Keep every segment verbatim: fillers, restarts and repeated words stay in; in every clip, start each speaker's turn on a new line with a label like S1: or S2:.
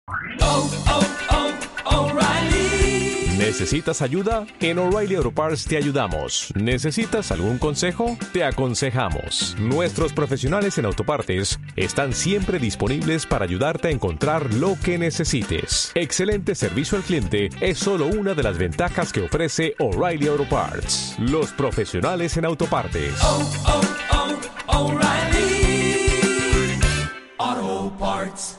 S1: Oh, oh, oh, O'Reilly.
S2: ¿Necesitas ayuda? En O'Reilly Auto Parts te ayudamos. ¿Necesitas algún consejo? Te aconsejamos. Nuestros profesionales en autopartes están siempre disponibles para ayudarte a encontrar lo que necesites. Excelente servicio al cliente es solo una de las ventajas que ofrece O'Reilly Auto Parts. Los profesionales en autopartes.
S1: Oh, oh, oh, O'Reilly Auto Parts.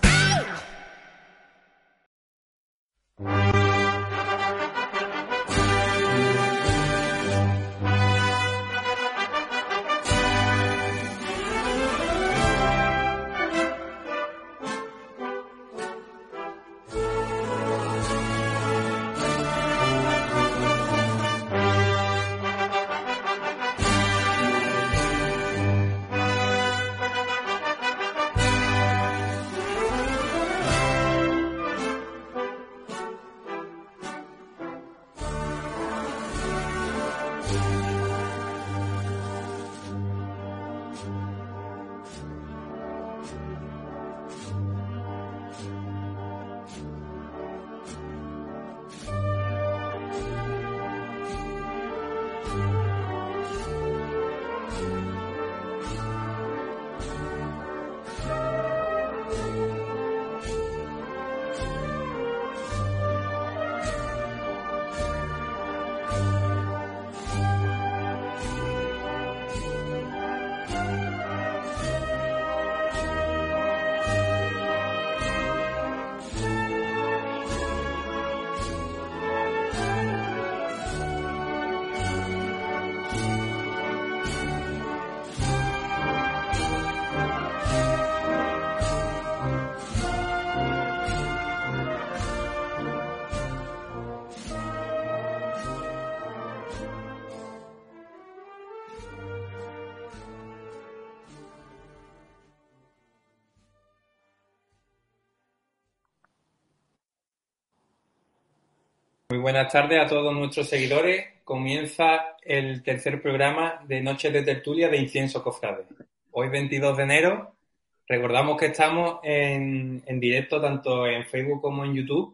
S3: Muy buenas tardes a todos nuestros seguidores. Comienza el tercer programa de Noches de Tertulia de Incienso Cofrade. Hoy, veintidós de enero, recordamos que estamos en, en directo tanto en Facebook como en YouTube.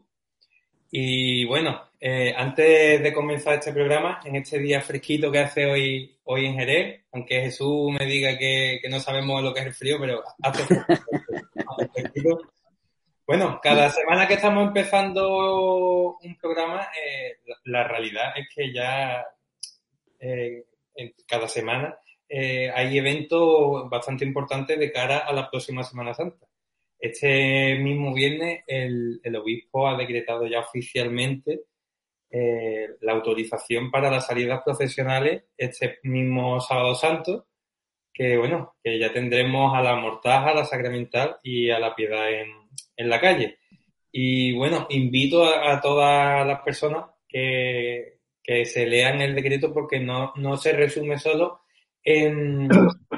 S3: Y bueno, eh, antes de comenzar este programa, en este día fresquito que hace hoy, hoy en Jerez, aunque Jesús me diga que, que no sabemos lo que es el frío, pero hace fresquito. Bueno, cada semana que estamos empezando un programa, eh, la, la realidad es que ya eh, en cada semana eh, hay eventos bastante importantes de cara a la próxima Semana Santa. Este mismo viernes el, el obispo ha decretado ya oficialmente eh, la autorización para las salidas procesionales este mismo Sábado Santo, que bueno, que ya tendremos a la Mortaja, a la Sacramental y a la Piedad en en la calle. Y bueno, invito a, a todas las personas que, que se lean el decreto porque no, no se resume solo en,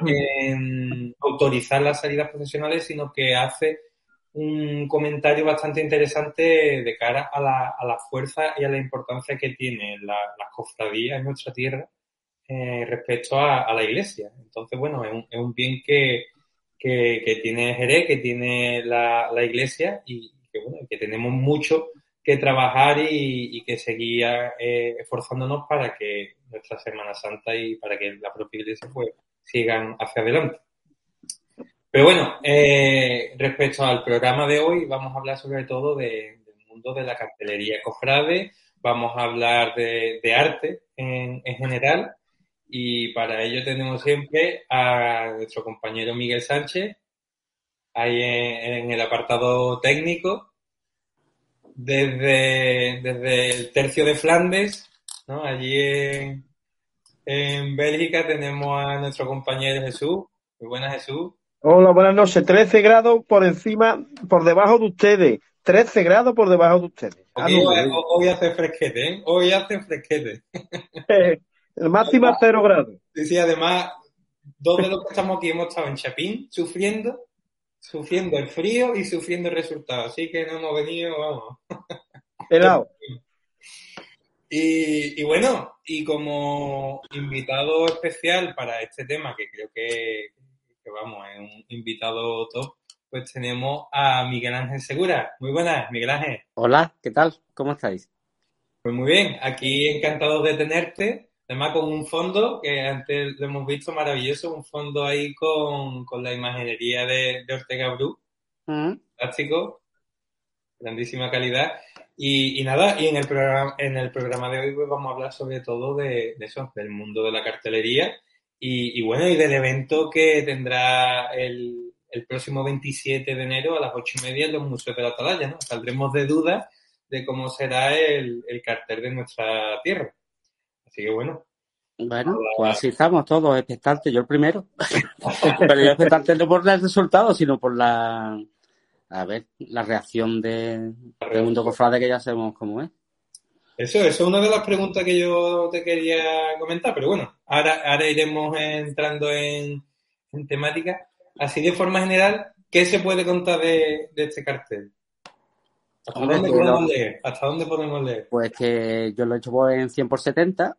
S3: en autorizar las salidas profesionales, sino que hace un comentario bastante interesante de cara a la, a la fuerza y a la importancia que tienen la, las cofradías en nuestra tierra eh, respecto a, a la Iglesia. Entonces, bueno, es un, es un bien que Que, que tiene Jerez, que tiene la, la Iglesia y que, bueno, que tenemos mucho que trabajar y, y que seguir eh, esforzándonos para que nuestra Semana Santa y para que la propia Iglesia pues sigan hacia adelante. Pero bueno, eh, respecto al programa de hoy vamos a hablar sobre todo de, del mundo de la cartelería cofrade, vamos a hablar de, de arte en, en general. Y para ello tenemos siempre a nuestro compañero Miguel Sánchez, ahí en, en el apartado técnico, desde, desde el tercio de Flandes, ¿no? Allí en, en Bélgica tenemos a nuestro compañero Jesús. Muy buenas, Jesús.
S4: Hola, buenas noches. trece grados por encima, por debajo de ustedes. trece grados por debajo de ustedes.
S3: Hoy, hoy hace fresquete, ¿eh? Hoy hace fresquete.
S4: El máximo a cero grados.
S3: Sí, sí, además, dos de los que estamos aquí hemos estado en Chapín sufriendo, sufriendo el frío y sufriendo el resultado. Así que no hemos venido, vamos.
S4: Helado.
S3: Y, y bueno, y como invitado especial para este tema, que creo que, que vamos, es un invitado top, pues tenemos a Miguel Ángel Segura. Muy buenas, Miguel Ángel.
S5: Hola, ¿qué tal? ¿Cómo estáis?
S3: Pues muy bien, aquí encantados de tenerte, además con un fondo que antes lo hemos visto maravilloso, un fondo ahí con, con la imaginería de, de Ortega Bru,
S5: ¿Mm?
S3: fantástico, grandísima calidad. Y, y nada, y en el programa, en el programa de hoy pues vamos a hablar sobre todo de, de eso, del mundo de la cartelería y, y bueno, y del evento que tendrá el, el próximo veintisiete de enero a las ocho y media en los Museos de la Atalaya, ¿no? Saldremos de dudas de cómo será el, el cartel de nuestra tierra. Así que bueno.
S5: Bueno, pues así estamos todos expectantes, yo el primero. Pero yo expectante no por el resultado, sino por la, a ver, la reacción de, del mundo cofrade, que ya sabemos cómo es.
S3: Eso, eso es una de las preguntas que yo te quería comentar, pero bueno, ahora, ahora iremos entrando en, en temática. Así de forma general, ¿qué se puede contar de, de este cartel? ¿Hasta
S5: Hombre,
S3: dónde
S5: que
S3: podemos
S5: lo-
S3: leer? ¿Hasta dónde podemos leer?
S5: Pues que yo lo he hecho pues en cien por setenta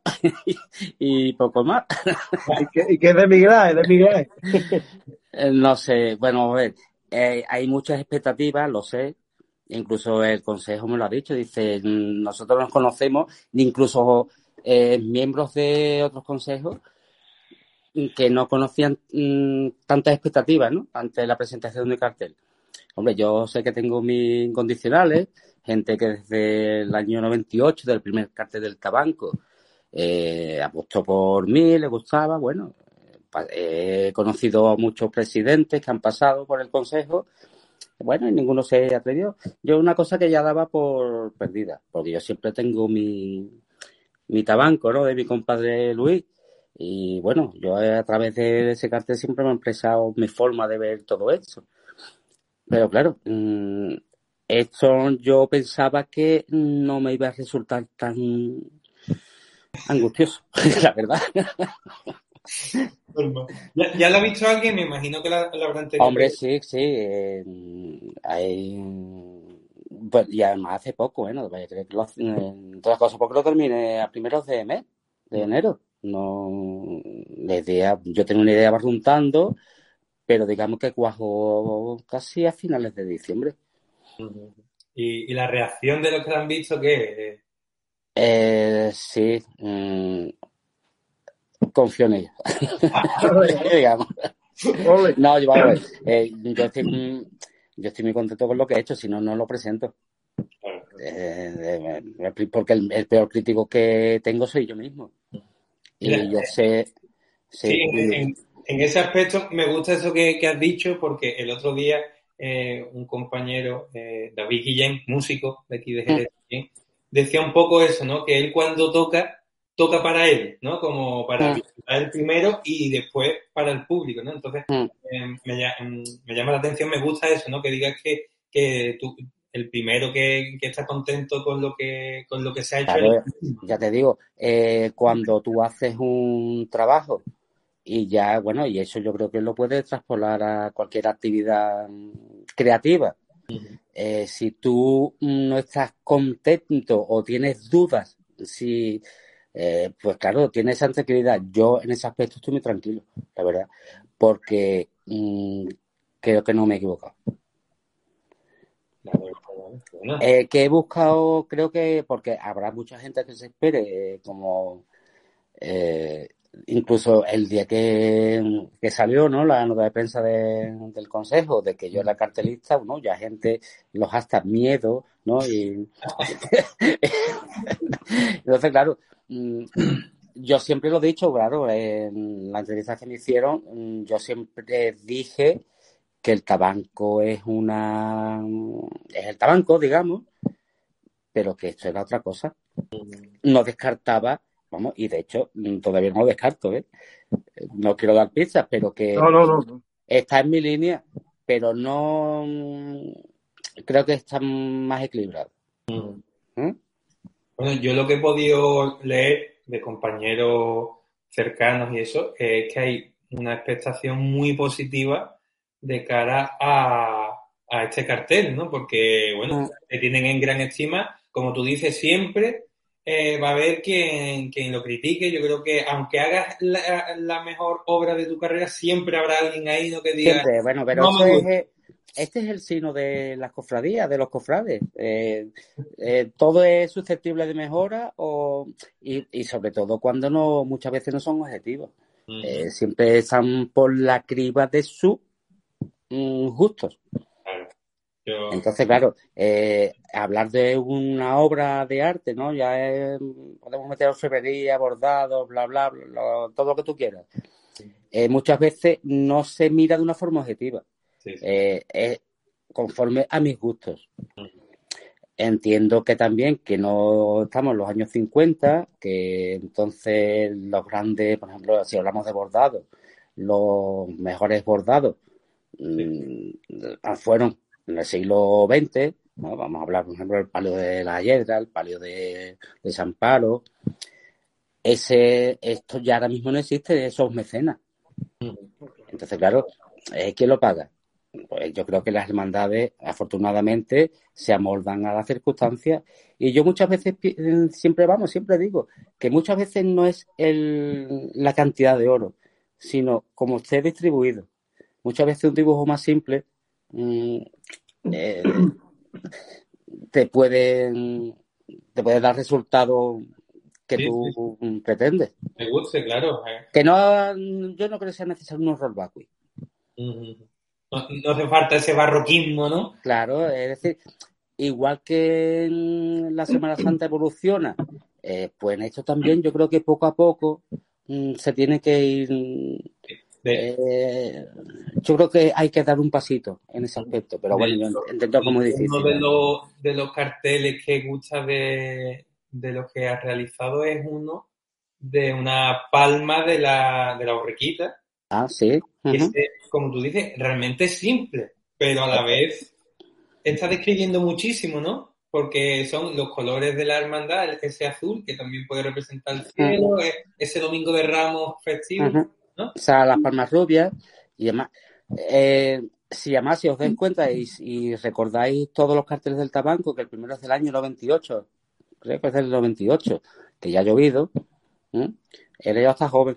S5: y poco más.
S4: ¿Y qué, y qué es de Miguel Ángel? ¿De Miguel Ángel?
S5: Eh, No sé, bueno, a ver, eh, hay muchas expectativas, lo sé. Incluso el consejo me lo ha dicho, dice, mm, nosotros nos conocemos, incluso eh, miembros de otros consejos mm, que no conocían mm, tantas expectativas, ¿no? Ante la presentación del cartel. Hombre, yo sé que tengo mis incondicionales, gente que desde el año noventa y ocho, del primer cartel del Tabanco, eh, apostó por mí, le gustaba, bueno, pa- he conocido a muchos presidentes que han pasado por el consejo, bueno, y ninguno se atrevió. Yo una cosa que ya daba por perdida, porque yo siempre tengo mi, mi tabanco, ¿no? De mi compadre Luis. Y bueno, yo a través de ese cartel siempre me he expresado mi forma de ver todo esto. Pero claro, mm, esto yo pensaba que no me iba a resultar tan angustioso, la verdad.
S3: ¿Ya, ya lo ha visto alguien? Me imagino que la, la habrán tenido.
S5: Hombre, sí, sí. eh, hay, pues, y además hace poco, bueno, vaya, creo que lo, hace- en todas las cosas, porque lo terminé a primeros de mes, de enero. No, la idea, yo tenía una idea barruntando, pero digamos que cuajo casi a finales de diciembre.
S3: Y, y la reacción de los que lo han visto, ¿qué?
S5: Eh, sí, mm, confío en ellos, digamos.
S4: Ole.
S5: No, yo, vamos a ver, eh, yo estoy, mm, yo estoy muy contento con lo que he hecho, si no, no lo presento. Eh, eh, porque el, el peor crítico que tengo soy yo mismo. Y
S3: Mira,
S5: yo sé, sí,
S3: Sí, en,
S5: dime.
S3: en- en ese aspecto me gusta eso que, que has dicho porque el otro día eh, un compañero, eh, David Guillén, músico de aquí de Jerez, también, decía un poco eso, ¿no? Que él cuando toca, toca para él, ¿no? Como para
S5: Mm,
S3: visitar el primero y después para el público, ¿no? Entonces
S5: mm.
S3: eh, me, lla- mm, me llama la atención, me gusta eso, ¿no? Que digas que, que tú, el primero que, que está contento con lo que, con lo que se ha hecho
S5: Claro,
S3: él.
S5: ya te digo, eh, cuando tú haces un trabajo y ya, bueno, y eso yo creo que lo puedes traspolar a cualquier actividad mm, creativa. Eh, si tú no estás contento o tienes dudas, si, eh, pues claro, tienes esa tranquilidad. Yo en ese aspecto estoy muy tranquilo, la verdad, porque mm, creo que no me he equivocado.
S3: Bueno,
S5: Eh, que he buscado, creo que, porque habrá mucha gente que se espere, eh, como eh, incluso el día que, que salió, ¿no? La nota de prensa de- del Consejo, de que yo era cartelista, ¿no? Ya gente, los hasta miedo, ¿no? Y entonces, claro, mm, yo siempre lo he dicho, claro, en la entrevista que me hicieron, mm, yo siempre dije que el tabanco es una, es el tabanco, digamos, pero que esto era otra cosa. No descartaba, vamos, y de hecho mm, todavía no lo descarto, ¿eh? No quiero dar pistas, pero que
S4: No, no, no. no.
S5: está en mi línea, pero no mm, creo que está más equilibrado. ¿Mm?
S3: Bueno, yo lo que he podido leer de compañeros cercanos y eso es que hay una expectación muy positiva de cara a, a este cartel, ¿no? Porque, bueno,
S5: Mm.
S3: te tienen en gran estima. Como tú dices, siempre eh, va a haber quien, quien lo critique. Yo creo que aunque hagas la, la mejor obra de tu carrera, siempre habrá alguien ahí, ¿no? Que diga,
S5: Siempre, bueno, pero
S3: no
S5: eso
S3: me
S5: es,
S3: gusta.
S5: eh, este es el signo de las cofradías, de los cofrades. Eh, eh, todo es susceptible de mejora o, y, y sobre todo cuando no muchas veces no son objetivos. Uh-huh. Eh, siempre están por la criba de sus mm, gustos.
S3: Claro. Yo...
S5: Entonces, claro, eh, hablar de una obra de arte, ¿no? Ya es, podemos meter orfebrería, bordados, bla, bla, bla, bla, todo lo que tú quieras. Eh, muchas veces no se mira de una forma objetiva. Sí, sí. Eh, eh, conforme a mis gustos. Uh-huh. Entiendo que también que no estamos en los años cincuenta, que entonces los grandes, por ejemplo, si hablamos de bordados, los mejores bordados sí. mmm, fueron en el siglo veinte, ¿no? Vamos a hablar, por ejemplo, del palio de la Hiedra, el palio de, de San Pablo. Ese, esto ya ahora mismo no existe, esos mecenas. Uh-huh. Entonces, claro, eh, ¿quién lo paga? Pues yo creo que las hermandades, afortunadamente, se amoldan a las circunstancias y yo muchas veces, siempre vamos, siempre digo que muchas veces no es el, la cantidad de oro, sino cómo esté distribuido. Muchas veces un dibujo más simple mmm, eh, te puede te puede dar resultados que sí, tú sí. pretendes.
S3: Me guste, claro. Eh.
S5: Que no, yo no creo que sea necesario un horror vacui.
S3: Uh-huh. No, no hace falta ese barroquismo, ¿no?
S5: Claro, es decir, igual que en la Semana Santa evoluciona, eh, pues en esto también yo creo que poco a poco mmm, se tiene que ir... Eh, yo creo que hay que dar un pasito en ese aspecto, pero bueno, yo entiendo cómo es difícil.
S3: Uno de los, de los carteles que gusta de, de los que has realizado es uno de una palma de la, de la borriquita.
S5: Ah, sí. Uh-huh.
S3: Ese, como tú dices, realmente es simple, pero a la vez está describiendo muchísimo, ¿no? Porque son los colores de la hermandad, ese azul que también puede representar el cielo, uh-huh. ese domingo de Ramos festivo, uh-huh. ¿no?
S5: O sea, las palmas rubias y además, eh, si además si os dais cuenta y, y recordáis todos los carteles del Tabanco, que el primero es del año noventa y ocho, creo que es del noventa y ocho, que ya ha llovido, ¿eh? Él ya está joven.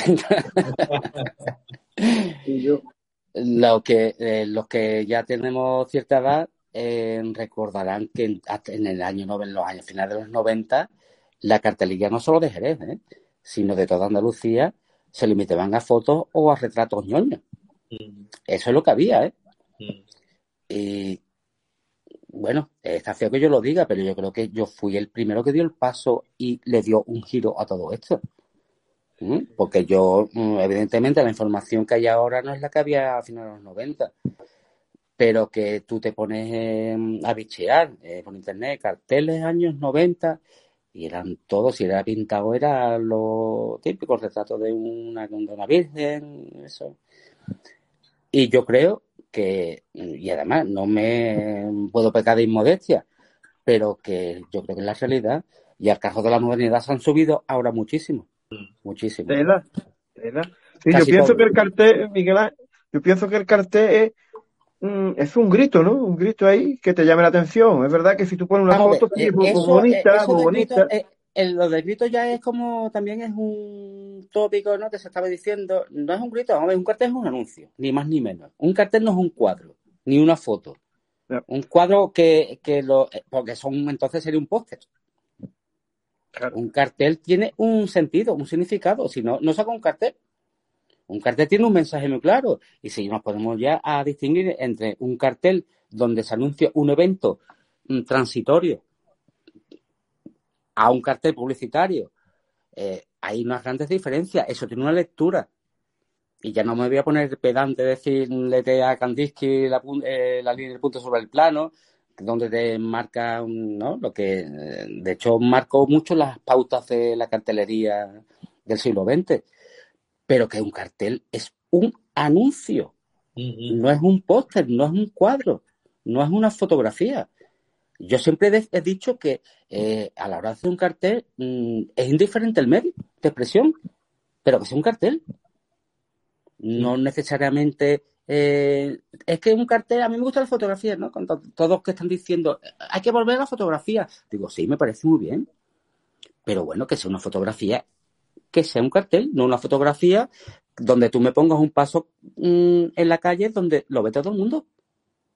S4: Y yo.
S5: Lo que, eh, los que ya tenemos cierta edad eh, recordarán que en, en el año en los años finales de los noventa la cartelilla no solo de Jerez, ¿eh? sino de toda Andalucía se limitaban a fotos o a retratos ñoños. Mm. Eso es lo que había, ¿eh? Mm. Y bueno, está feo que yo lo diga, pero yo creo que yo fui el primero que dio el paso y le dio un giro a todo esto. ¿Mm? Porque yo, evidentemente, la información que hay ahora no es la que había a finales de los noventa. Pero que tú te pones eh, a bichear eh, por internet, carteles años noventa, y eran todos, si era pintado, era lo típico, el retrato de una, de una virgen, eso. Y yo creo que, y además no me puedo pecar de inmodestia, pero que yo creo que en la realidad y al cargo de la modernidad se han subido ahora muchísimo, muchísimo.
S4: ¿Tela? ¿Tela? Sí, yo pienso todo. que el cartel, Miguel Ángel, yo pienso que el cartel es, mm, es un grito, ¿no? Un grito ahí que te llame la atención. Es verdad que si tú pones una
S5: Vamos,
S4: foto,
S5: eh,
S4: es muy
S5: eso,
S4: bonita,
S5: eso
S4: muy bonita.
S5: Grito, eh, el, lo del grito ya es como, también es un tópico, ¿no? Que se estaba diciendo, no es un grito, vamos a ver, un cartel es un anuncio, ni más ni menos. Un cartel no es un cuadro, ni una foto. No. Un cuadro que, que lo, porque son, entonces sería un póster. Claro. Un cartel tiene un sentido, un significado, si no, no saca un cartel. Un cartel tiene un mensaje muy claro, y si nos podemos ya a distinguir entre un cartel donde se anuncia un evento mm, transitorio a un cartel publicitario, eh, hay unas grandes diferencias. Eso tiene una lectura. Y ya no me voy a poner pedante de decirle a Kandinsky la, eh, la línea del punto sobre el plano, donde te marca, ¿no? Lo que, de hecho, marcó mucho las pautas de la cartelería del siglo veinte. Pero que un cartel es un anuncio. Uh-huh. No es un póster, no es un cuadro, no es una fotografía. Yo siempre he dicho que eh, a la hora de hacer un cartel mmm, es indiferente el medio de expresión, pero que sea un cartel. No necesariamente... Eh, es que un cartel... A mí me gusta la fotografía, ¿no? Con to- todos que están diciendo, hay que volver a la fotografía. Digo, sí, me parece muy bien. Pero bueno, que sea una fotografía, que sea un cartel, no una fotografía donde tú me pongas un paso mmm, en la calle donde lo ve todo el mundo.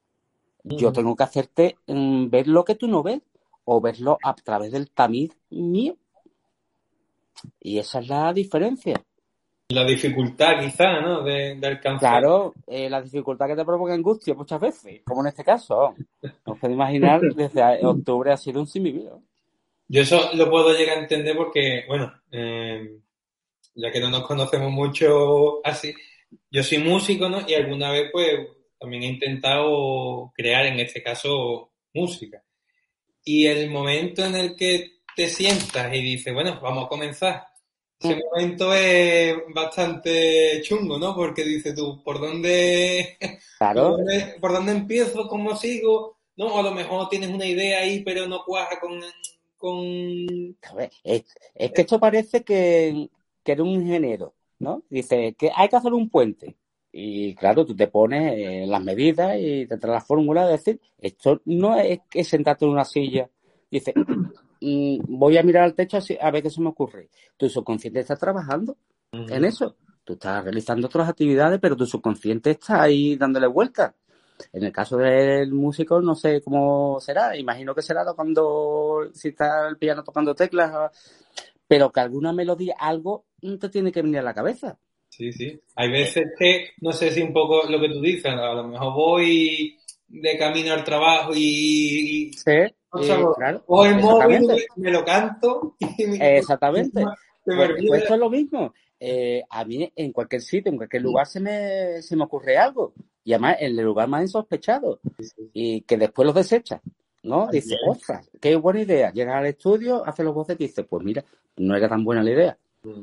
S5: Yo tengo que hacerte mm, ver lo que tú no ves o verlo a través del tamiz mío. Y esa es la diferencia.
S3: La dificultad, quizá, ¿no? De, de alcanzar.
S5: Claro, eh, la dificultad que te provoca angustia muchas veces, como en este caso. Os podéis imaginar, desde octubre ha sido un sin vivir.
S3: Yo eso lo puedo llegar a entender porque, bueno, eh, ya que no nos conocemos mucho así, yo soy músico, ¿no? Y alguna vez, pues, también he intentado crear, en este caso, música. Y el momento en el que te sientas y dices, bueno, vamos a comenzar, ese momento es bastante chungo, ¿no? Porque dices tú, ¿por dónde,
S5: Claro.
S3: por dónde, por dónde empiezo? ¿Cómo sigo? ¿No? O a lo mejor tienes una idea ahí, pero no cuaja con... con...
S5: A ver, es, es que esto parece que, que eres un ingeniero, ¿no? Dice que hay que hacer un puente. Y claro, tú te pones eh, las medidas y te traes la fórmula de decir, esto no es que sentarte en una silla. Dice, mm, voy a mirar al techo así, a ver qué se me ocurre. Tu subconsciente está trabajando en eso. Tú estás realizando otras actividades, pero tu subconsciente está ahí dándole vueltas. En el caso del músico, no sé cómo será. Imagino que será cuando, si está el piano tocando teclas, pero que alguna melodía, algo te tiene que venir a la cabeza.
S3: Sí, sí. Hay veces que, no sé si un poco lo que tú dices, a lo mejor voy de camino al trabajo y... y
S5: Sí,
S3: o sea,
S5: eh, claro.
S3: cojo el móvil, me,
S5: Exactamente.
S3: me lo canto y me,
S5: Exactamente.
S3: se me
S5: Pues,
S3: olvida.
S5: pues esto es lo mismo. Eh, a mí en cualquier sitio, en cualquier lugar se me, se me ocurre algo. Y además en el lugar más insospechado. Y que después lo desecha, ¿no? Dice,
S3: Bien.
S5: ostras, qué buena idea. Llegas al estudio, haces los bocetos y dices, pues mira, no era tan buena la idea.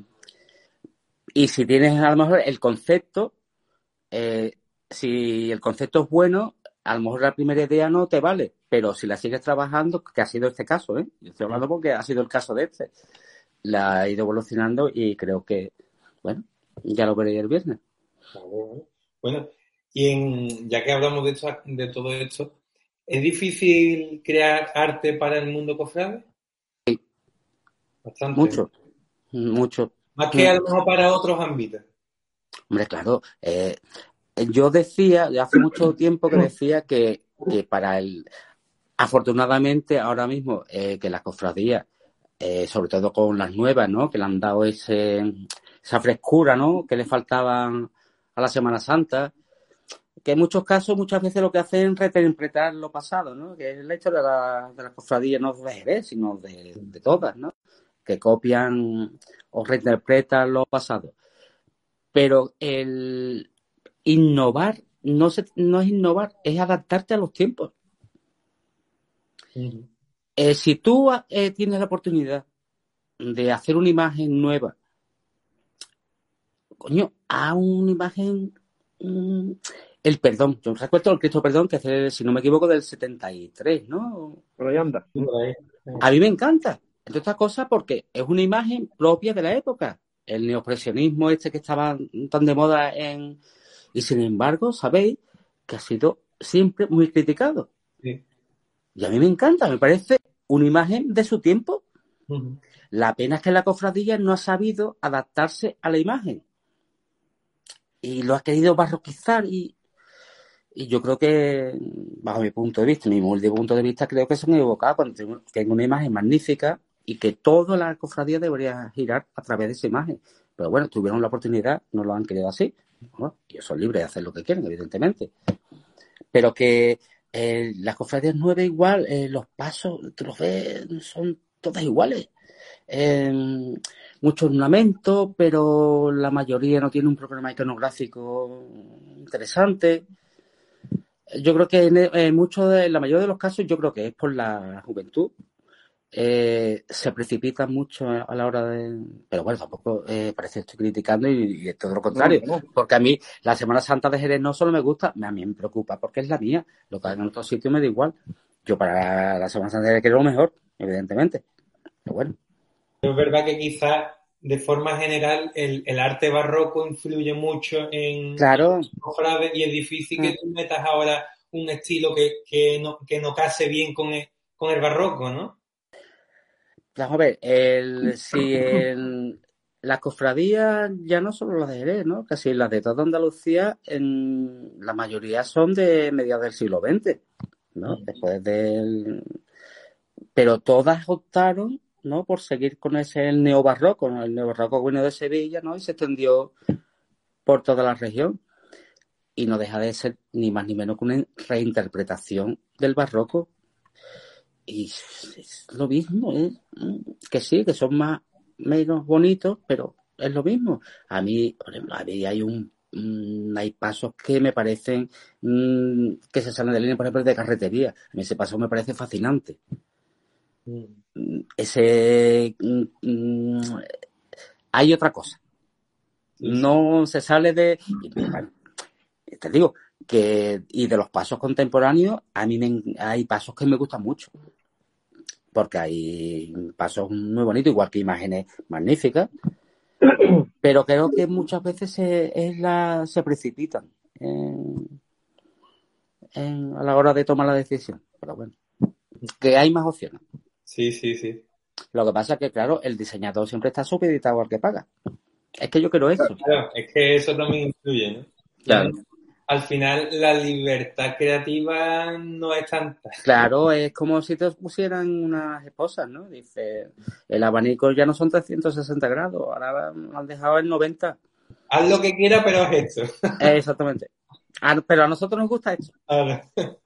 S5: Y si tienes a lo mejor el concepto, eh, si el concepto es bueno, a lo mejor la primera idea no te vale, pero si la sigues trabajando, que ha sido este caso, ¿eh? Yo estoy hablando porque ha sido el caso de este. La ha ido evolucionando y creo que, bueno, ya lo veré el viernes.
S3: Bueno, y en, ya que hablamos de, esto, de todo esto, ¿es difícil crear arte para el mundo cofrade?
S5: Sí.
S3: Bastante.
S5: Mucho, mucho.
S3: Más que a lo mejor para otros ámbitos.
S5: Hombre, claro, eh, yo decía, ya hace mucho tiempo que decía que, que para el... Afortunadamente, ahora mismo, eh, que las cofradías, eh, sobre todo con las nuevas, ¿no? Que le han dado ese, esa frescura, ¿no? Que le faltaban a la Semana Santa. Que en muchos casos, muchas veces lo que hacen es reinterpretar lo pasado, ¿no? Que es la historia de, la, de las cofradías, no de Jerez, sino de, de todas, ¿no? Que copian o reinterpretan lo pasado. Pero el innovar no, se, no es innovar, es adaptarte a los tiempos.
S3: Uh-huh.
S5: Eh, si tú eh, tienes la oportunidad de hacer una imagen nueva, coño, haz una imagen... Mmm, el perdón, yo recuerdo el Cristo Perdón, que es, si no me equivoco, del setenta y tres, ¿no?
S4: Por ahí anda.
S3: Por ahí.
S5: A mí me encanta, entre otras cosas, porque es una imagen propia de la época. El neoexpresionismo este que estaba tan de moda en... Y sin embargo, sabéis que ha sido siempre muy criticado.
S3: Sí.
S5: Y a mí me encanta, me parece una imagen de su tiempo.
S3: Uh-huh.
S5: La pena es que la cofradía no ha sabido adaptarse a la imagen. Y lo ha querido barroquizar y, y yo creo que, bajo mi punto de vista, mi humilde punto de vista, creo que se han equivocado cuando tengo una imagen magnífica y que toda la cofradía debería girar a través de esa imagen. Pero bueno, tuvieron la oportunidad, no lo han querido así. Bueno, ellos son libres de hacer lo que quieren, evidentemente. Pero que eh, las cofradías nuevas igual, eh, los pasos, tú los ves, son todas iguales. Eh, mucho ornamento, pero la mayoría no tiene un programa iconográfico interesante. Yo creo que en, en muchos de, en la mayoría de los casos, yo creo que es por la juventud. Eh, se precipita mucho a la hora de... Pero bueno, tampoco eh, parece que estoy criticando y, y es todo lo contrario.
S4: No, no.
S5: Porque a mí la Semana Santa de Jerez no solo me gusta, a mí me preocupa porque es la mía. Lo que hay en otros sitios me da igual. Yo para la Semana Santa de Jerez quiero lo mejor, evidentemente. Pero bueno.
S3: Es verdad que quizás de forma general el, el arte barroco influye mucho en
S5: Claro.
S3: los cofrades y es difícil que tú metas ahora un estilo que, que, no, que no case bien con el, con el barroco, ¿no?
S5: Vamos a ver, el, si el, las cofradías ya no solo las de Jerez, ¿no? Casi las de toda Andalucía, en la mayoría son de mediados del siglo veinte, ¿no? Después del... Pero todas optaron, ¿no? Por seguir con ese el neobarroco, ¿no? El neobarroco vino de Sevilla, ¿no? Y se extendió por toda la región. Y no deja de ser ni más ni menos que una reinterpretación del barroco. Y es lo mismo, ¿eh? Que sí, que son más menos bonitos, pero es lo mismo. A mí, por ejemplo, a mí hay un mmm, hay pasos que me parecen mmm, que se salen de línea, por ejemplo, de carretería. A mí ese paso me parece fascinante. Mm. Ese mmm, hay otra cosa. No se sale de... Bueno, te digo que y de los pasos contemporáneos, a mí me, hay pasos que me gustan mucho. Porque hay pasos muy bonitos, igual que imágenes magníficas, pero creo que muchas veces se, es la, se precipitan en, en, a la hora de tomar la decisión. Pero bueno, que hay más opciones.
S3: Sí, sí, sí.
S5: Lo que pasa es que, claro, el diseñador siempre está supeditado al que paga. Es que yo quiero eso.
S3: Claro, es que eso también influye, ¿no?
S5: Claro.
S3: Al final, la libertad creativa no es tanta.
S5: Claro, es como si te pusieran unas esposas, ¿no? Dice, el abanico ya no son trescientos sesenta grados, ahora lo han dejado en noventa.
S3: Haz lo que quieras, pero es esto.
S5: Exactamente. A, pero a nosotros nos gusta esto.
S3: Ahora.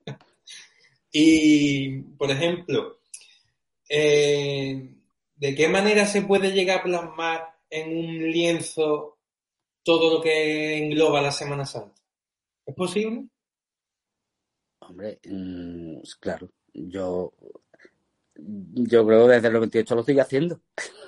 S3: Y, por ejemplo, eh, ¿de qué manera se puede llegar a plasmar en un lienzo todo lo que engloba la Semana Santa? ¿Es posible?
S5: Hombre, mmm, claro, yo yo creo que desde el noventa y ocho lo estoy haciendo.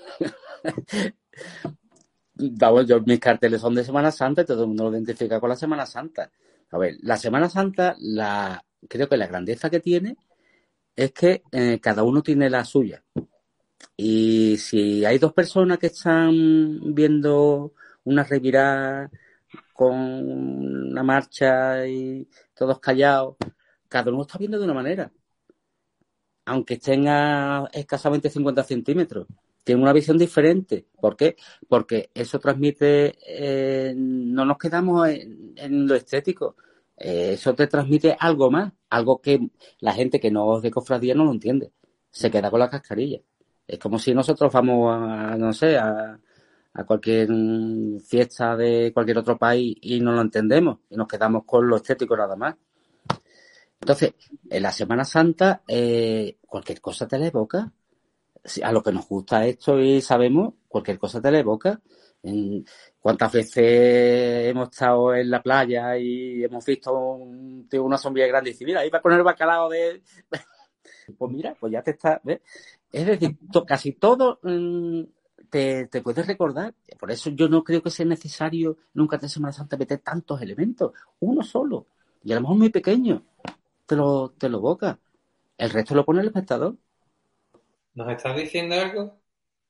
S5: Vamos, yo, mis carteles son de Semana Santa y todo el mundo lo identifica con la Semana Santa. A ver, la Semana Santa, la creo que la grandeza que tiene es que eh, cada uno tiene la suya. Y si hay dos personas que están viendo una revirada con una marcha y todos callados, cada uno está viendo de una manera. Aunque estén a escasamente cincuenta centímetros. Tienen una visión diferente. ¿Por qué? Porque eso transmite, eh, no nos quedamos en, en lo estético. Eh, eso te transmite algo más, algo que la gente que no es de cofradía no lo entiende. Se queda con la cascarilla. Es como si nosotros vamos a, no sé, a, a cualquier fiesta de cualquier otro país y no lo entendemos y nos quedamos con lo estético nada más. Entonces, en la Semana Santa, eh, cualquier cosa te la evoca. A lo que nos gusta esto y sabemos, cualquier cosa te la evoca. ¿Cuántas veces hemos estado en la playa y hemos visto un, una sombrilla grande y dice, mira, ahí va con el bacalao de... Pues mira, pues ya te está... ¿ves? Es decir, to, casi todo mmm, te, te puedes recordar. Por eso yo no creo que sea necesario en un cartel de Semana Santa meter tantos elementos. Uno solo. Y a lo mejor muy pequeño. Te lo, te lo evoca. El resto lo pone el espectador.
S3: ¿Nos estás diciendo algo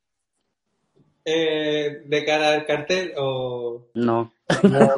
S3: eh, de cara al cartel o...?
S5: No.
S3: No.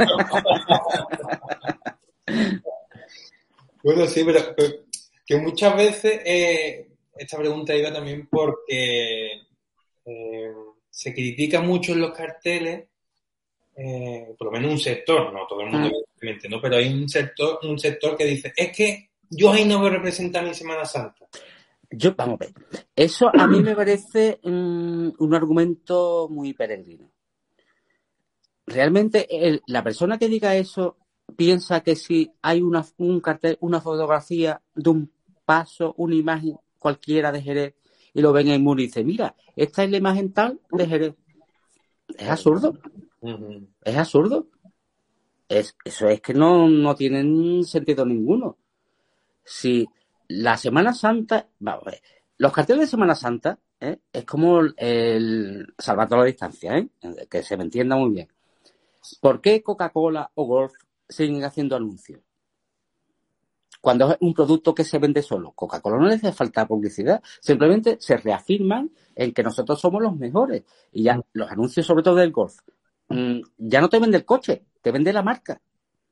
S3: Bueno, sí, pero, pero que muchas veces eh, esta pregunta iba también porque eh, se critica mucho en los carteles, eh, por lo menos un sector, no todo el mundo, evidentemente, ¿no? Pero hay un sector, un sector que dice, es que yo ahí no voy a representar mi Semana Santa.
S5: Yo, vamos a ver, eso a mí me parece um, un argumento muy peregrino. Realmente el, la persona que diga eso piensa que si hay una, un cartel, una fotografía de un paso, una imagen cualquiera de Jerez y lo ven en el muro y dice, mira, esta es la imagen tal de Jerez. Es absurdo. Uh-huh. Es absurdo. Es, eso es que no, no tiene sentido ninguno. Si la Semana Santa, vamos a ver, los carteles de Semana Santa ¿eh? es como el, el salvando la distancia, ¿eh? Que se me entienda muy bien. ¿Por qué Coca-Cola o Golf siguen haciendo anuncios? Cuando es un producto que se vende solo, Coca-Cola no le hace falta publicidad, simplemente se reafirman en que nosotros somos los mejores. Y ya los anuncios, sobre todo del Golf, mmm, ya no te vende el coche, te vende la marca.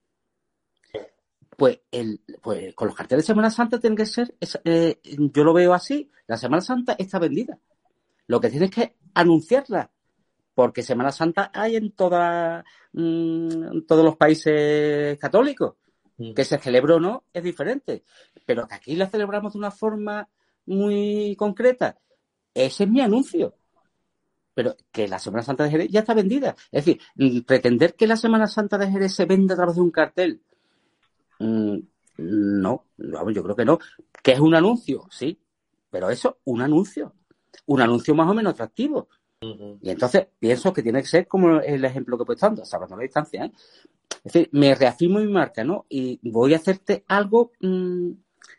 S5: Pues, el, pues con los carteles de Semana Santa tiene que ser, eh, yo lo veo así, la Semana Santa está vendida. Lo que tienes que anunciarla porque Semana Santa hay en toda, mmm, todos los países católicos. Mm. Que se celebre o no es diferente. Pero que aquí la celebramos de una forma muy concreta. Ese es mi anuncio. Pero que la Semana Santa de Jerez ya está vendida. Es decir, pretender que la Semana Santa de Jerez se venda a través de un cartel, mmm, no, vamos, yo creo que no. ¿Que es un anuncio? Sí. Pero eso, un anuncio. Un anuncio más o menos atractivo. Uh-huh. Y entonces pienso que tiene que ser como el ejemplo que he puesto antes, salvando la distancia, ¿eh? Es decir, me reafirmo mi marca, ¿no? Y voy a hacerte algo, mmm,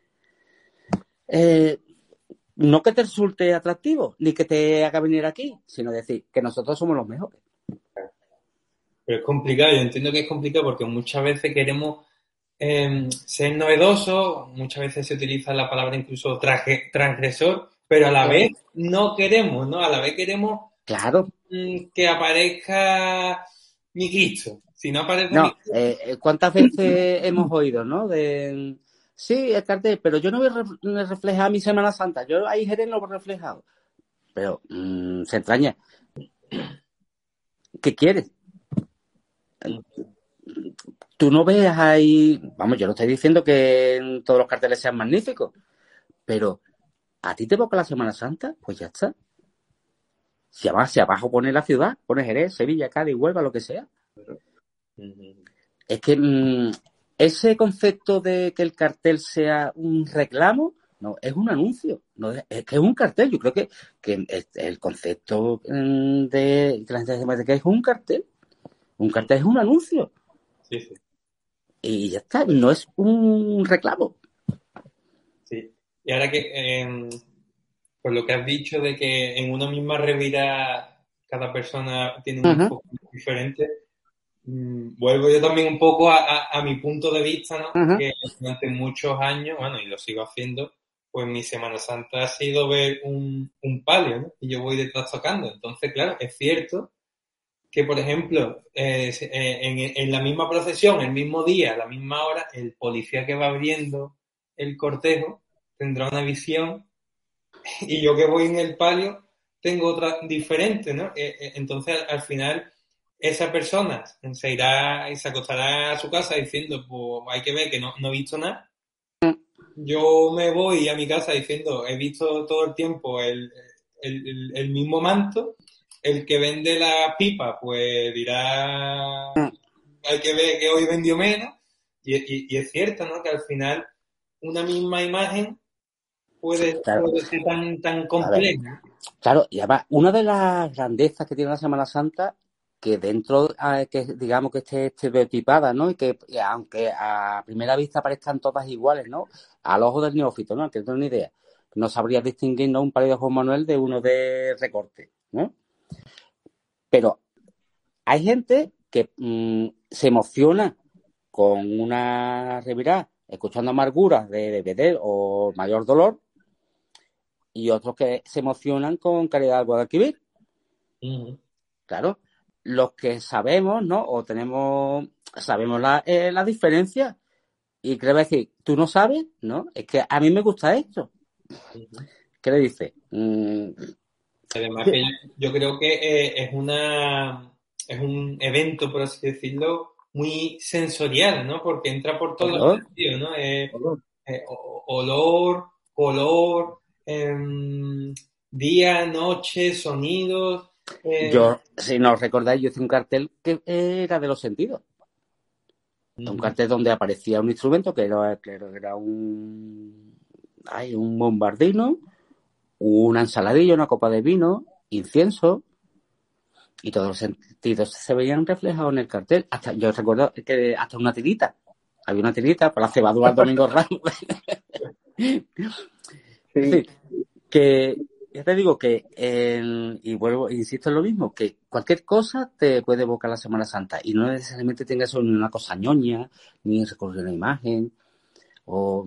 S5: eh, no que te resulte atractivo, ni que te haga venir aquí, sino decir que nosotros somos los mejores.
S3: Pero es complicado, yo entiendo que es complicado porque muchas veces queremos eh, ser novedosos, muchas veces se utiliza la palabra incluso traje, transgresor, pero a la claro. vez no queremos, ¿no? A la vez queremos
S5: claro.
S3: que aparezca mi Cristo. Si no aparece
S5: no,
S3: mi Cristo...
S5: Eh, ¿cuántas veces hemos oído, no? De, sí, el cartel, pero yo no voy a reflejar mi Semana Santa. Yo ahí Jerez no lo he reflejado. Pero mmm, se extraña. ¿Qué quieres? Tú no ves ahí... Vamos, yo no estoy diciendo que todos los carteles sean magníficos, pero ¿a ti te evoca la Semana Santa? Pues ya está. Si abajo, si abajo pone la ciudad, pone Jerez, Sevilla, Cádiz, Huelva, lo que sea. Uh-huh. Es que mmm, ese concepto de que el cartel sea un reclamo, no, es un anuncio. No, es que es un cartel. Yo creo que, que el concepto de que la gente dice que es un cartel. Un cartel es un anuncio.
S3: Sí, sí.
S5: Y ya está, no es un reclamo.
S3: Sí. Y ahora que, eh, por lo que has dicho de que en una misma revira cada persona tiene un uh-huh. enfoque diferente, mmm, vuelvo yo también un poco a, a, a mi punto de vista, ¿no? Uh-huh. Que durante muchos años, bueno, y lo sigo haciendo, pues mi Semana Santa ha sido ver un, un palio, ¿no? Y yo voy detrás tocando. Entonces, claro, es cierto que, por ejemplo, eh, en, en la misma procesión, el mismo día, a la misma hora, el policía que va abriendo el cortejo tendrá una visión y yo que voy en el palio tengo otra diferente, ¿no? Eh, eh, entonces, al final, esa persona se irá y se acostará a su casa diciendo, pues hay que ver que no, no he visto nada. Yo me voy a mi casa diciendo, he visto todo el tiempo el, el, el, el mismo manto. El que vende la pipa, pues dirá, hay que ver que hoy vendió menos. Y, y, y es cierto, ¿no? Que al final una misma imagen puede, claro. puede ser tan, tan compleja.
S5: Claro, y además, una de las grandezas que tiene la Semana Santa, que dentro, eh, que digamos que esté estereotipada, ¿no? Y que y aunque a primera vista parezcan todas iguales, ¿no? Al ojo del neófito, ¿no? Que no tiene ni idea. No sabría distinguir, ¿no? Un palio de Juan Manuel de uno de recorte, ¿no? Pero hay gente que mmm, se emociona con una revirada, escuchando amarguras de, de Vedder o Mayor Dolor, y otros que se emocionan con Caridad del Guadalquivir. Uh-huh. Claro, los que sabemos, ¿no? O tenemos, sabemos la, eh, la diferencia, y creo decir, ¿tú no sabes? ¿No? Es que a mí me gusta esto. Uh-huh. ¿Qué le dice? Mm,
S3: Además que yo, yo creo que eh, es una es un evento, por así decirlo, muy sensorial, ¿no? Porque entra por todos los sentidos, ¿no? Eh, eh, olor, color, eh, día, noche, sonidos. Eh...
S5: Yo, si no os recordáis, yo hice un cartel que era de los sentidos. Mm. Un cartel donde aparecía un instrumento que era, que era un, ay, un bombardino, una ensaladilla, una copa de vino, incienso, y todos los sentidos se veían reflejados en el cartel. Hasta yo recuerdo que hasta una tirita. Había una tirita para la cebadura al Domingo Ramos. Sí. Es decir, que ya te digo que, eh, y vuelvo, insisto en lo mismo, que cualquier cosa te puede evocar la Semana Santa, y no necesariamente tenga eso ni una cosa ñoña, ni recurrir a una imagen, o,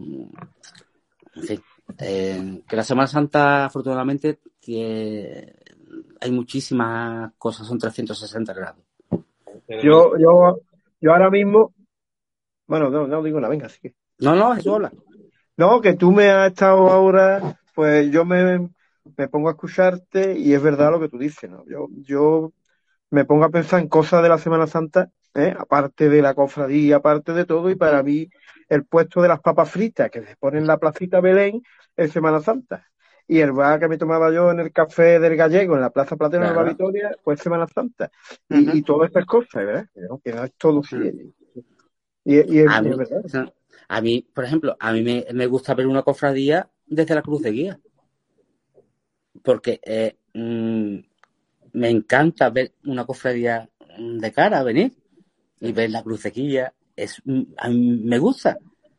S5: en fin. Eh, que la Semana Santa, afortunadamente, que hay muchísimas cosas, son trescientos sesenta grados.
S4: Yo, yo, yo ahora mismo, bueno, no, no digo nada, venga, así que.
S5: No, no, eso habla.
S4: No, que tú me has estado ahora, pues yo me, me pongo a escucharte y es verdad lo que tú dices, ¿no? Yo, yo me pongo a pensar en cosas de la Semana Santa, ¿eh? Aparte de la cofradía, aparte de todo, y para mí el puesto de las papas fritas que se pone en la placita Belén es Semana Santa. Y el bar que me tomaba yo en el café del Gallego, en la Plaza Platero de Nueva
S5: Claro.
S4: Vitoria, pues Semana Santa. Y,
S5: Ujú.
S4: y todas estas cosas, ¿verdad? Que no, que no es todo sí.
S5: Mm.
S4: Y, y es,
S5: A
S4: y es
S5: mí,
S4: verdad.
S5: a mí, por ejemplo, a mí me, me gusta ver una cofradía desde la cruz de guía, porque eh, mm, me encanta ver una cofradía mm, de cara a venir y ver la cruz de guía. Es, mm, a mí me gusta.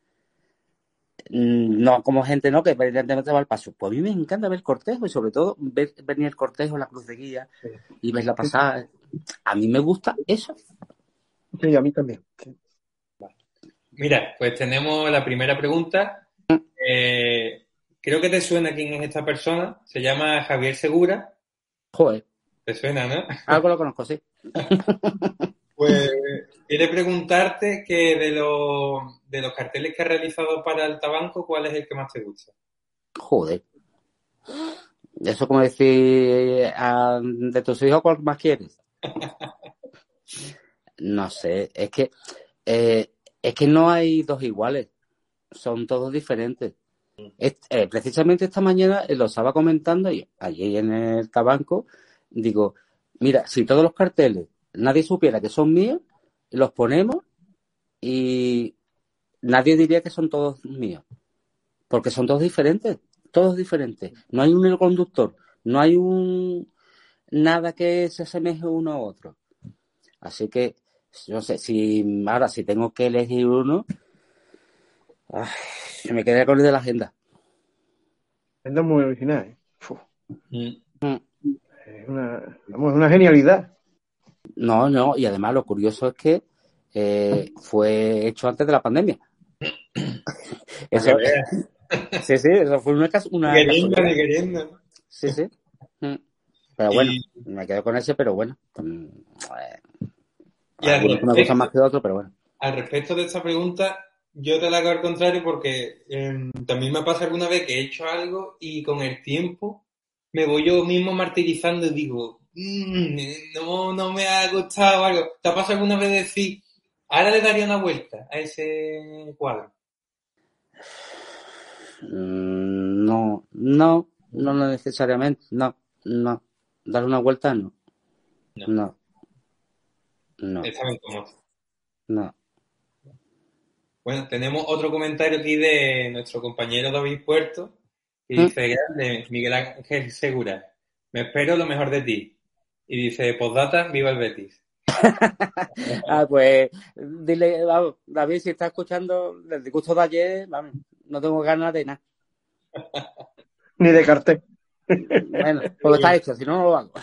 S5: Mm, No como gente, ¿no? Que evidentemente va al paso. Pues a mí me encanta ver el cortejo y sobre todo ver venir el cortejo, la cruz de guía
S4: Sí,
S5: y verla
S4: sí,
S5: pasar. A mí me gusta eso.
S4: sí, a mí también. Sí.
S3: Mira, pues tenemos la primera pregunta. Eh, creo que te suena quién es esta persona. Se llama Javier Segura.
S5: Joder,
S3: ¿Te suena, no?
S5: algo lo conozco, sí.
S3: Pues quiere preguntarte que de los, de los carteles que has realizado para el Tabanco, ¿cuál es el que más te gusta?
S5: Joder. Eso como decir a- de tus hijos, ¿cuál más quieres? No sé, es que eh, es que no hay dos iguales, son todos diferentes. Es- eh, precisamente esta mañana eh, lo estaba comentando y allí en el Tabanco, digo, mira, si todos los carteles nadie supiera que son míos, los ponemos y nadie diría que son todos míos, porque son todos diferentes, todos diferentes. No hay un hilo conductor, no hay un nada que se asemeje uno a otro. Así que, yo sé, si ahora si tengo que elegir uno, ay, me quedé con el de la agenda.
S4: Es muy original, ¿eh? Uf,
S3: Mm.
S5: Mm.
S4: es una, vamos, es una genialidad.
S5: No, no, y además lo curioso es que eh, fue hecho antes de la pandemia.
S3: Para
S5: Eso,
S3: que veas.
S5: sí, sí, eso fue una, cas-
S3: Ni
S5: una
S3: queriendo,
S5: casualidad.
S3: ni queriendo.
S5: Sí, sí. Mm. Pero bueno,
S3: Y,
S5: me quedo con ese, pero bueno. mm, eh,
S3: y al
S5: algunos me gustan más
S3: respecto,
S5: que otros, pero bueno.
S3: al respecto de esta pregunta, yo te la hago al contrario porque eh, también me pasa alguna vez que he hecho algo y con el tiempo me voy yo mismo martirizando y digo, "Mm, no, no me ha gustado algo". ¿Te ha pasado alguna vez decir, ahora le daría una vuelta a ese cuadro?
S5: Mm, No, no, no no necesariamente, no, no. Dar una vuelta, no,
S3: No,
S5: no, no,
S3: está bien como.
S5: no.
S3: Bueno, tenemos otro comentario aquí de nuestro compañero David Puerto, que
S5: Mm.
S3: dice, grande, Miguel Ángel Segura, me espero lo mejor de ti. Y dice, postdata, viva el Betis.
S5: Ah, pues dile, vamos, David, si está escuchando el disgusto de ayer, vamos, no tengo ganas de nada.
S4: Ni de cartel.
S5: Bueno, pues está hecho, si no, no lo hago.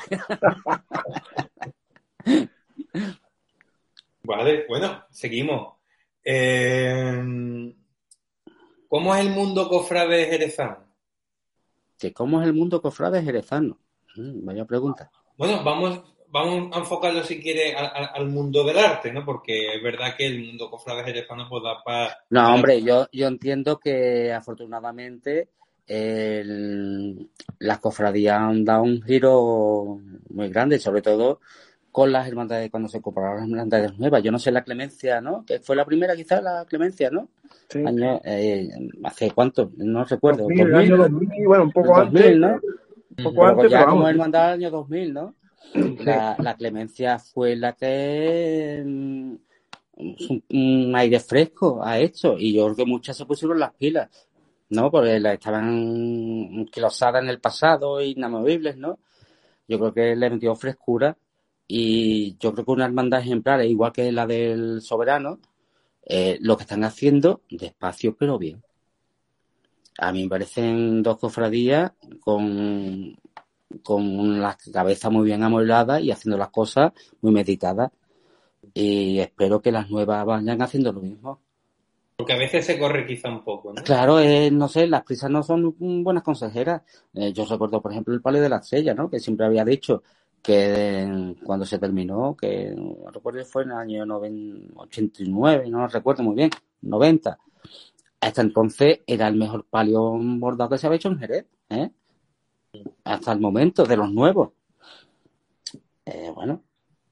S3: Vale, bueno, seguimos. Eh, ¿cómo es el mundo cofrade jerezano?
S5: ¿Que cómo es el mundo cofrade jerezano? Mm, vaya pregunta.
S3: Bueno, vamos, vamos a enfocarlo si quiere al, al- al mundo del arte, ¿no? Porque es verdad que el mundo cofrade jerezano pues da para...
S5: No, hombre, yo, yo entiendo que afortunadamente el- las cofradías han dado un giro muy grande, sobre todo con las hermandades, cuando se incorporaron las hermandades nuevas. Yo no sé la Clemencia, ¿no? Que fue la primera, quizás, la Clemencia, ¿no?
S4: Sí.
S5: Año, eh, ¿hace cuánto? No recuerdo.
S4: dos mil, el
S5: ¿dos mil?
S4: año dos mil, bueno, un poco
S5: El dos mil,
S4: antes,
S5: ¿no?
S4: un poco
S5: Pero
S4: antes,
S5: ya
S4: pero
S5: como
S4: vamos.
S5: hermandad del año dos mil, ¿no? La, la Clemencia fue la que mm, un, un aire fresco a esto, y yo creo que muchas se pusieron las pilas, ¿no? Porque la estaban quilosadas en el pasado, inamovibles, ¿no? Yo creo que le metió frescura, y yo creo que una hermandad ejemplar, igual que la del Soberano, eh, lo que están haciendo despacio pero bien. A mí me parecen dos cofradías con, con la cabeza muy bien amueblada y haciendo las cosas muy meditadas. Y espero que las nuevas vayan haciendo lo mismo.
S3: Porque a veces se corre quizá un poco, ¿no?
S5: Claro, eh, no sé, las prisas no son mm, buenas consejeras. Eh, yo recuerdo, por ejemplo, el Palio de la Estrella, ¿no? Que siempre había dicho que eh, cuando se terminó, que no recuerdo si fue en el año noventa, ochenta y nueve, no recuerdo muy bien, noventa. Hasta entonces era el mejor palio bordado que se había hecho en Jerez, ¿eh? Hasta el momento, de los nuevos. Eh, bueno,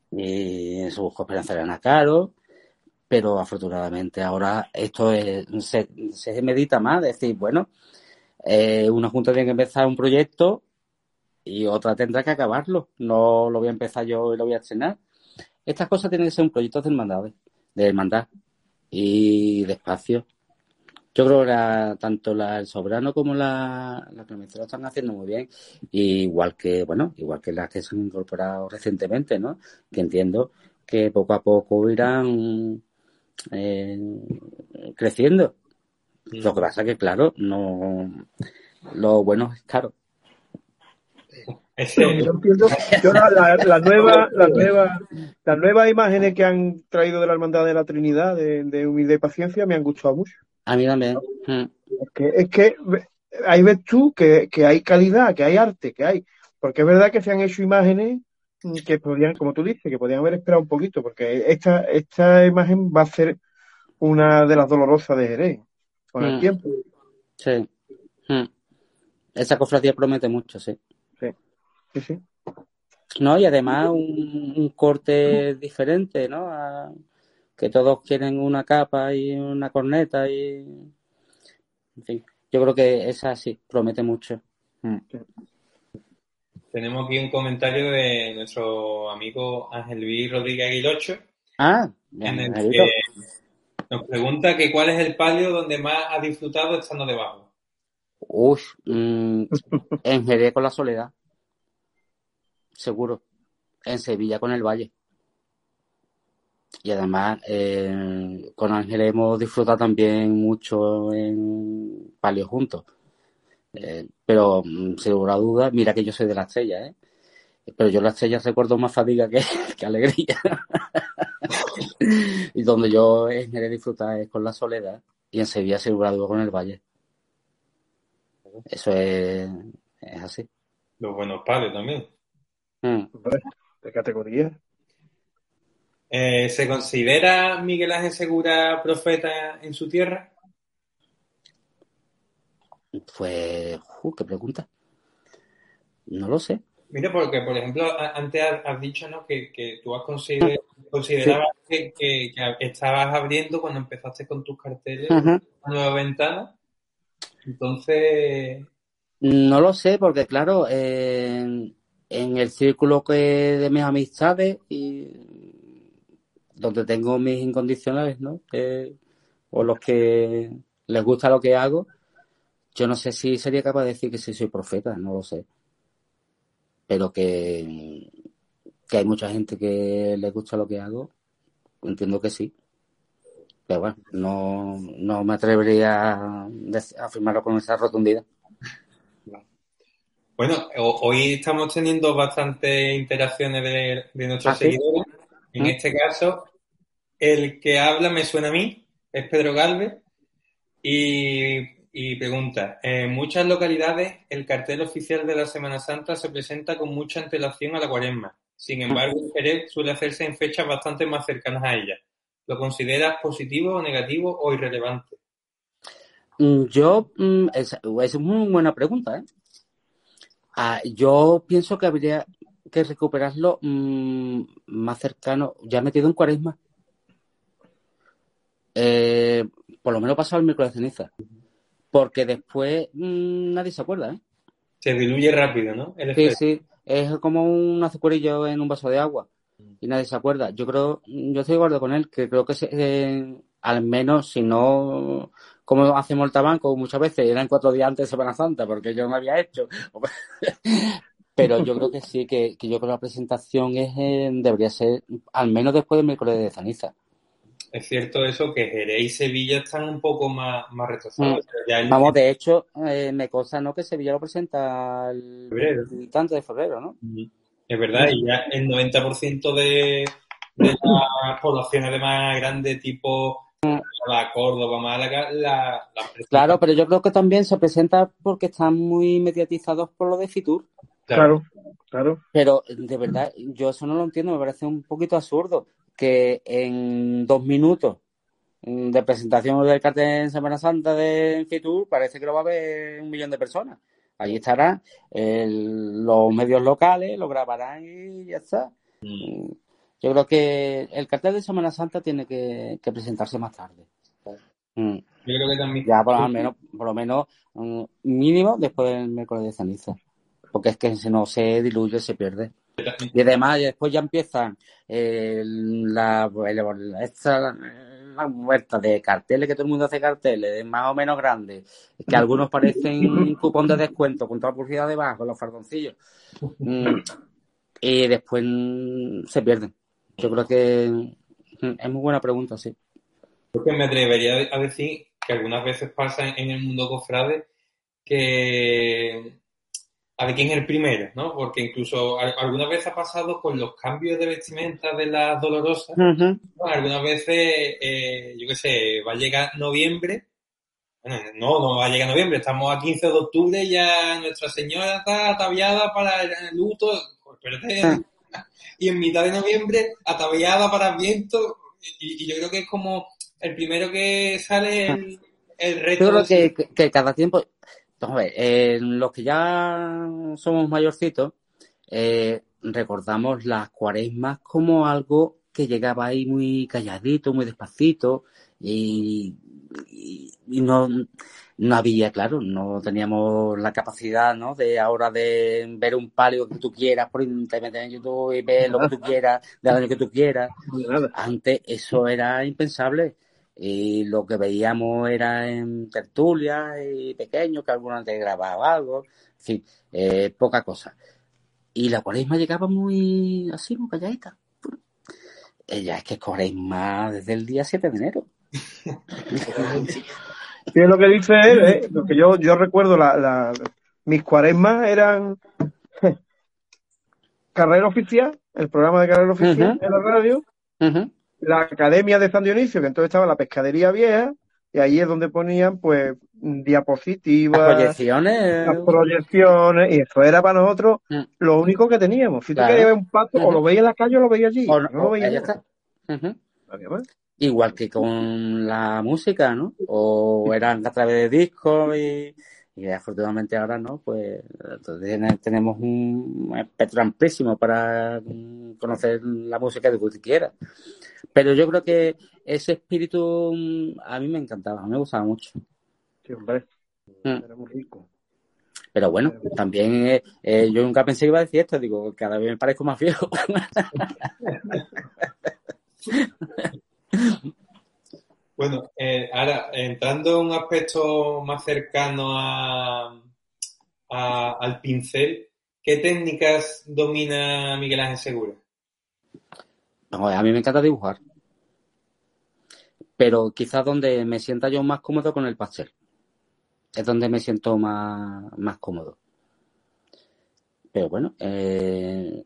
S5: y su buscó Esperanza Arana caro, pero afortunadamente ahora esto es, se, se medita más, decir, bueno, eh, una junta tiene que empezar un proyecto y otra tendrá que acabarlo, no lo voy a empezar yo y lo voy a estrenar. Estas cosas tienen que ser un proyecto de hermandad, de hermandad y despacio. Yo creo que la, tanto la El Soberano como la, la Clemencia lo están haciendo muy bien. Y igual que, bueno, igual que las que se han incorporado recientemente, ¿no? Que entiendo que poco a poco irán eh, creciendo.
S3: Mm.
S5: Lo que pasa es que, claro, no lo bueno es caro.
S3: Ese,
S4: Yo entiendo, yo la, la, la nueva, la nueva, las nuevas imágenes que han traído de la Hermandad de la Trinidad, de, de humildad y paciencia, me han gustado mucho.
S5: A mí también. Mm.
S4: Es que, es que ahí ves tú que, que hay calidad, que hay arte, que hay. Porque es verdad que se han hecho imágenes que podían, como tú dices, que podían haber esperado un poquito, porque esta, esta imagen va a ser una de las dolorosas de Jerez con el
S5: Mm.
S4: tiempo.
S5: Sí. Mm. Esa cofradía promete mucho, sí.
S4: Sí, sí, sí.
S5: No, y además un, un corte diferente, ¿no? A- que todos quieren una capa y una corneta y... En fin, yo creo que esa sí, promete mucho. Mm.
S3: tenemos aquí un comentario de nuestro amigo Ángel Luis Rodríguez Aguilocho,
S5: Ah, mi
S3: en el
S5: Angelito.
S3: que nos pregunta que cuál es el palio donde más ha disfrutado estando debajo.
S5: Uy, mm, en Jerez con la Soledad, seguro. En Sevilla con el Valle. Y además, eh, con Ángel hemos disfrutado también mucho en palio juntos. Eh, pero, mm, sin lugar a dudas, mira que yo soy de la Estrella, ¿eh? Pero yo la Estrella recuerdo más fatiga que, que alegría. Y donde yo en Jerez disfrutar es con la Soledad y en Sevilla, sin lugar a dudas, con el Valle. Eso es, es así.
S3: Los buenos palios también.
S5: Mm.
S4: Hombre, de categoría.
S3: Eh, ¿Se considera Miguel Ángel Segura profeta en su tierra?
S5: Pues, uh, qué pregunta. No lo sé.
S3: Mira, porque, por ejemplo, a- antes has, has dicho, ¿no? que, que tú has consider- considerabas que, que- que estabas abriendo cuando empezaste con tus carteles
S5: Ujú.
S3: una nueva ventana. Entonces,
S5: No lo sé, porque claro, en, en el círculo que de mis amistades y donde tengo mis incondicionales, ¿no? Que- o los que les gusta lo que hago, yo no sé si sería capaz de decir que sí soy profeta, no lo sé. Pero que, que hay mucha gente que les gusta lo que hago, entiendo que sí. Pero bueno, no, no me atrevería a dec- a afirmarlo con esa rotundidad.
S3: bueno, ho- hoy estamos teniendo bastantes interacciones de, de nuestros
S5: ¿Ah, sí?
S3: seguidores. En
S5: ¿Mm?
S3: este caso, el que habla me suena a mí, es Pedro Galvez, y, y pregunta, en muchas localidades el cartel oficial de la Semana Santa se presenta con mucha antelación a la Cuaresma. Sin embargo, en Jerez suele hacerse en fechas bastante más cercanas a ella. ¿Lo consideras positivo o negativo o irrelevante?
S5: Mm, Yo, mm, es, es muy buena pregunta, ¿eh? Ah, yo pienso que habría que recuperarlo mm, más cercano, ya metido en Cuaresma. Eh, por lo menos pasado el miércoles de ceniza. Porque después mm, nadie se acuerda, ¿eh?
S3: Se diluye rápido, ¿no? El
S5: Sí,
S3: efecto.
S5: sí, es como un azucarillo en un vaso de agua y nadie se acuerda. Yo creo, yo estoy de acuerdo con él, que creo que se- eh, al menos si no, como hacemos el tabaco muchas veces, eran cuatro días antes de Semana Santa, porque yo no había hecho. Pero yo creo que sí, que, que yo creo que la presentación es, eh, debería ser al menos después del miércoles de ceniza.
S3: Es cierto eso, que Jerez y Sevilla están un poco más, más
S5: Mm.
S3: retrasados. Pero ya en,
S5: Vamos, de hecho, eh, me consta, ¿no?, que Sevilla lo presenta el
S3: febrero.
S5: veinte de febrero, ¿no?
S3: Es verdad, y ya el noventa por ciento de, de las poblaciones más grandes, tipo la Córdoba, Málaga, la, la presentan.
S5: Claro, pero yo creo que también se presenta porque están muy mediatizados por lo de Fitur.
S4: Claro, claro.
S5: Pero de verdad, yo eso no lo entiendo, me parece un poquito absurdo que en dos minutos mm, de presentación del cartel en Semana Santa de Fitur parece que lo va a ver un millón de personas. Allí estarán el- los medios locales, lo grabarán y ya está. Mm, Yo creo que el cartel de Semana Santa tiene que, que presentarse más tarde. Mm.
S3: Yo creo que también.
S5: Ya por lo menos, por lo menos mm, mínimo después del miércoles de ceniza. Porque es que si no se diluye, se pierde. Y además después ya empiezan eh, la, la, esta, la vuelta de carteles, que todo el mundo hace carteles más o menos grandes, que algunos parecen cupón de descuento con toda la publicidad debajo, los fardoncillos. Mm, y después mm, se pierden. Yo creo que mm, es muy buena pregunta, sí.
S3: Porque me atrevería a decir que algunas veces pasa en el mundo cofrade que a ver quién es el primero, ¿no? Porque incluso algunas veces ha pasado con los cambios de vestimenta de las dolorosas.
S5: Uh-huh.
S3: ¿No? Algunas veces, eh, yo qué sé, va a llegar noviembre. Bueno, no, no va a llegar noviembre. Estamos a quince de octubre y ya Nuestra Señora está ataviada para el luto. Pues espérate. Uh-huh. Y en mitad de noviembre, ataviada para el viento. Y, y yo creo que es como el primero que sale el, el resto.
S5: Yo creo que, que, que cada tiempo... Vamos a ver, eh, los que ya somos mayorcitos, eh, recordamos las cuaresmas como algo que llegaba ahí muy calladito, muy despacito, y, y, y no, no había, claro, no teníamos la capacidad, ¿no?, de ahora de ver un palio que tú quieras por internet en YouTube y ver lo que tú quieras, del año que tú quieras. Antes eso era impensable. Y lo que veíamos era en tertulias y pequeños, que algunos te grababa algo, en fin, eh, poca cosa. Y la cuaresma llegaba muy así, muy calladita. Ella es que es cuaresma desde el día siete de enero.
S4: Sí, es lo que dice él, ¿eh? Lo que yo, yo recuerdo, la, la, mis cuaresmas eran Carrera Oficial, el programa de Carrera Oficial uh-huh. en la radio, uh-huh. la Academia de San Dionisio, que entonces estaba la Pescadería Vieja, y ahí es donde ponían, pues, diapositivas,
S5: las proyecciones,
S4: las proyecciones, y eso era para nosotros uh-huh. lo único que teníamos. Si
S5: claro.
S4: tú querías ver un pato, uh-huh. o lo veías en la calle o lo veías allí.
S5: O no,
S4: no lo veías
S5: está. Uh-huh. Igual que con la música, ¿no? O eran a través de discos y, y afortunadamente ahora no, pues entonces tenemos un espectro amplísimo para conocer la música de que tú quieras. Pero yo creo que ese espíritu a mí me encantaba, me gustaba mucho.
S4: Sí, hombre, mm. era muy rico.
S5: Pero bueno, también eh, yo nunca pensé que iba a decir esto, digo, cada vez me parezco más viejo.
S3: Bueno, eh, ahora, entrando en un aspecto más cercano a, a, al pincel, ¿qué técnicas domina Miguel Ángel Segura?
S5: No, a mí me encanta dibujar. Pero quizás donde me sienta yo más cómodo con el pastel. Es donde me siento más, más cómodo. Pero bueno, eh,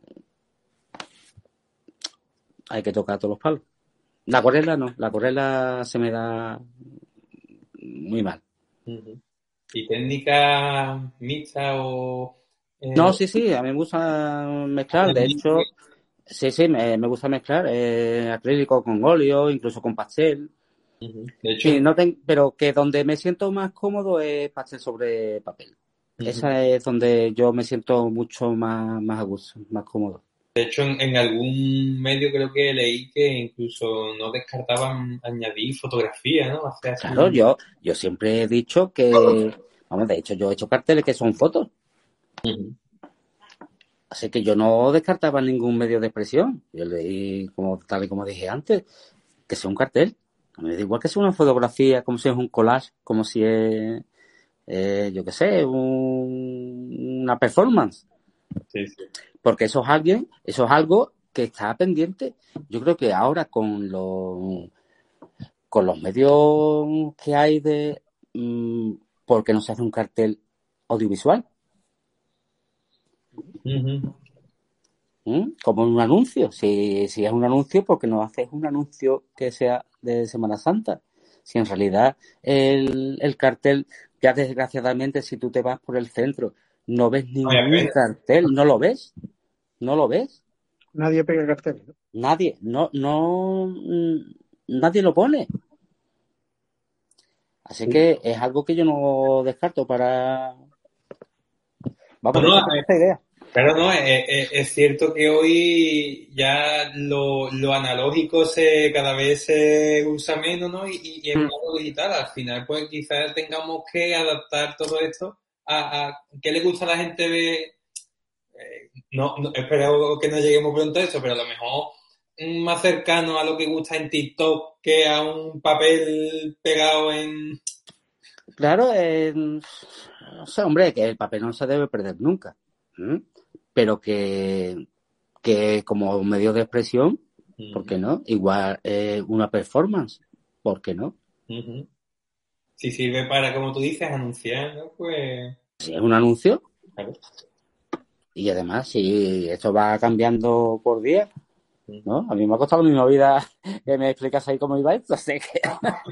S5: hay que tocar todos los palos. La acuarela no, la acuarela se me da muy mal.
S3: Uh-huh. ¿Y técnica mixta o...?
S5: Eh... No, sí, sí, a mí me gusta mezclar, de hecho, sí, sí, me, me gusta mezclar eh, acrílico con óleo, incluso con pastel.
S3: Uh-huh. De hecho...
S5: Sí, no ten, pero que donde me siento más cómodo es pastel sobre papel. Uh-huh. Esa es donde yo me siento mucho más, más a gusto, más cómodo.
S3: De hecho, en, en algún medio creo que leí que incluso no descartaban añadir fotografía, ¿no? Hacer así...
S5: Claro, yo, yo siempre he dicho que, vamos, de hecho, yo he hecho carteles que son fotos. Uh-huh. Así que yo no descartaba ningún medio de expresión. Yo leí, como, tal y como dije antes, que sea un cartel. A mí me da igual que sea una fotografía, como si es un collage, como si es, eh, yo qué sé, un, una performance.
S3: Sí, sí.
S5: Porque eso es alguien, eso es algo que está pendiente. Yo creo que ahora con los con los medios que hay de mmm, ¿por qué no se hace un cartel audiovisual?
S3: Uh-huh.
S5: ¿Mm? Como un anuncio. Si, si es un anuncio, ¿por qué no haces un anuncio que sea de Semana Santa? Si en realidad el, el cartel, ya desgraciadamente, si tú te vas por el centro, no ves ningún Oye, cartel, no lo ves, no lo ves.
S4: Nadie pega cartel, ¿no?
S5: Nadie, no, no, nadie lo pone. Así sí. que es algo que yo no descarto para... Vamos
S3: no,
S5: a ver esta idea.
S3: Claro, no, es, es- es cierto que hoy ya lo, lo analógico se cada vez se usa menos, ¿no? Y, y- y es más lo digital. Al final, pues quizás tengamos que adaptar todo esto a, a qué le gusta a la gente de... eh, no, no, espero que no lleguemos pronto a eso, pero a lo mejor mm, más cercano a lo que gusta en TikTok que a un papel pegado en...
S5: Claro, eh, no sé, hombre, que el papel no se debe perder nunca. ¿m? Pero que, que como medio de expresión, ¿por qué no? Igual eh, una performance, ¿por qué no?
S3: Ujú. Si sirve para, como tú dices, anunciar, ¿no? Pues...
S5: Si es un anuncio,
S3: claro.
S5: y además si esto va cambiando por día, ¿no? A mí me ha costado mi misma vida que me explicas ahí cómo iba esto, así que...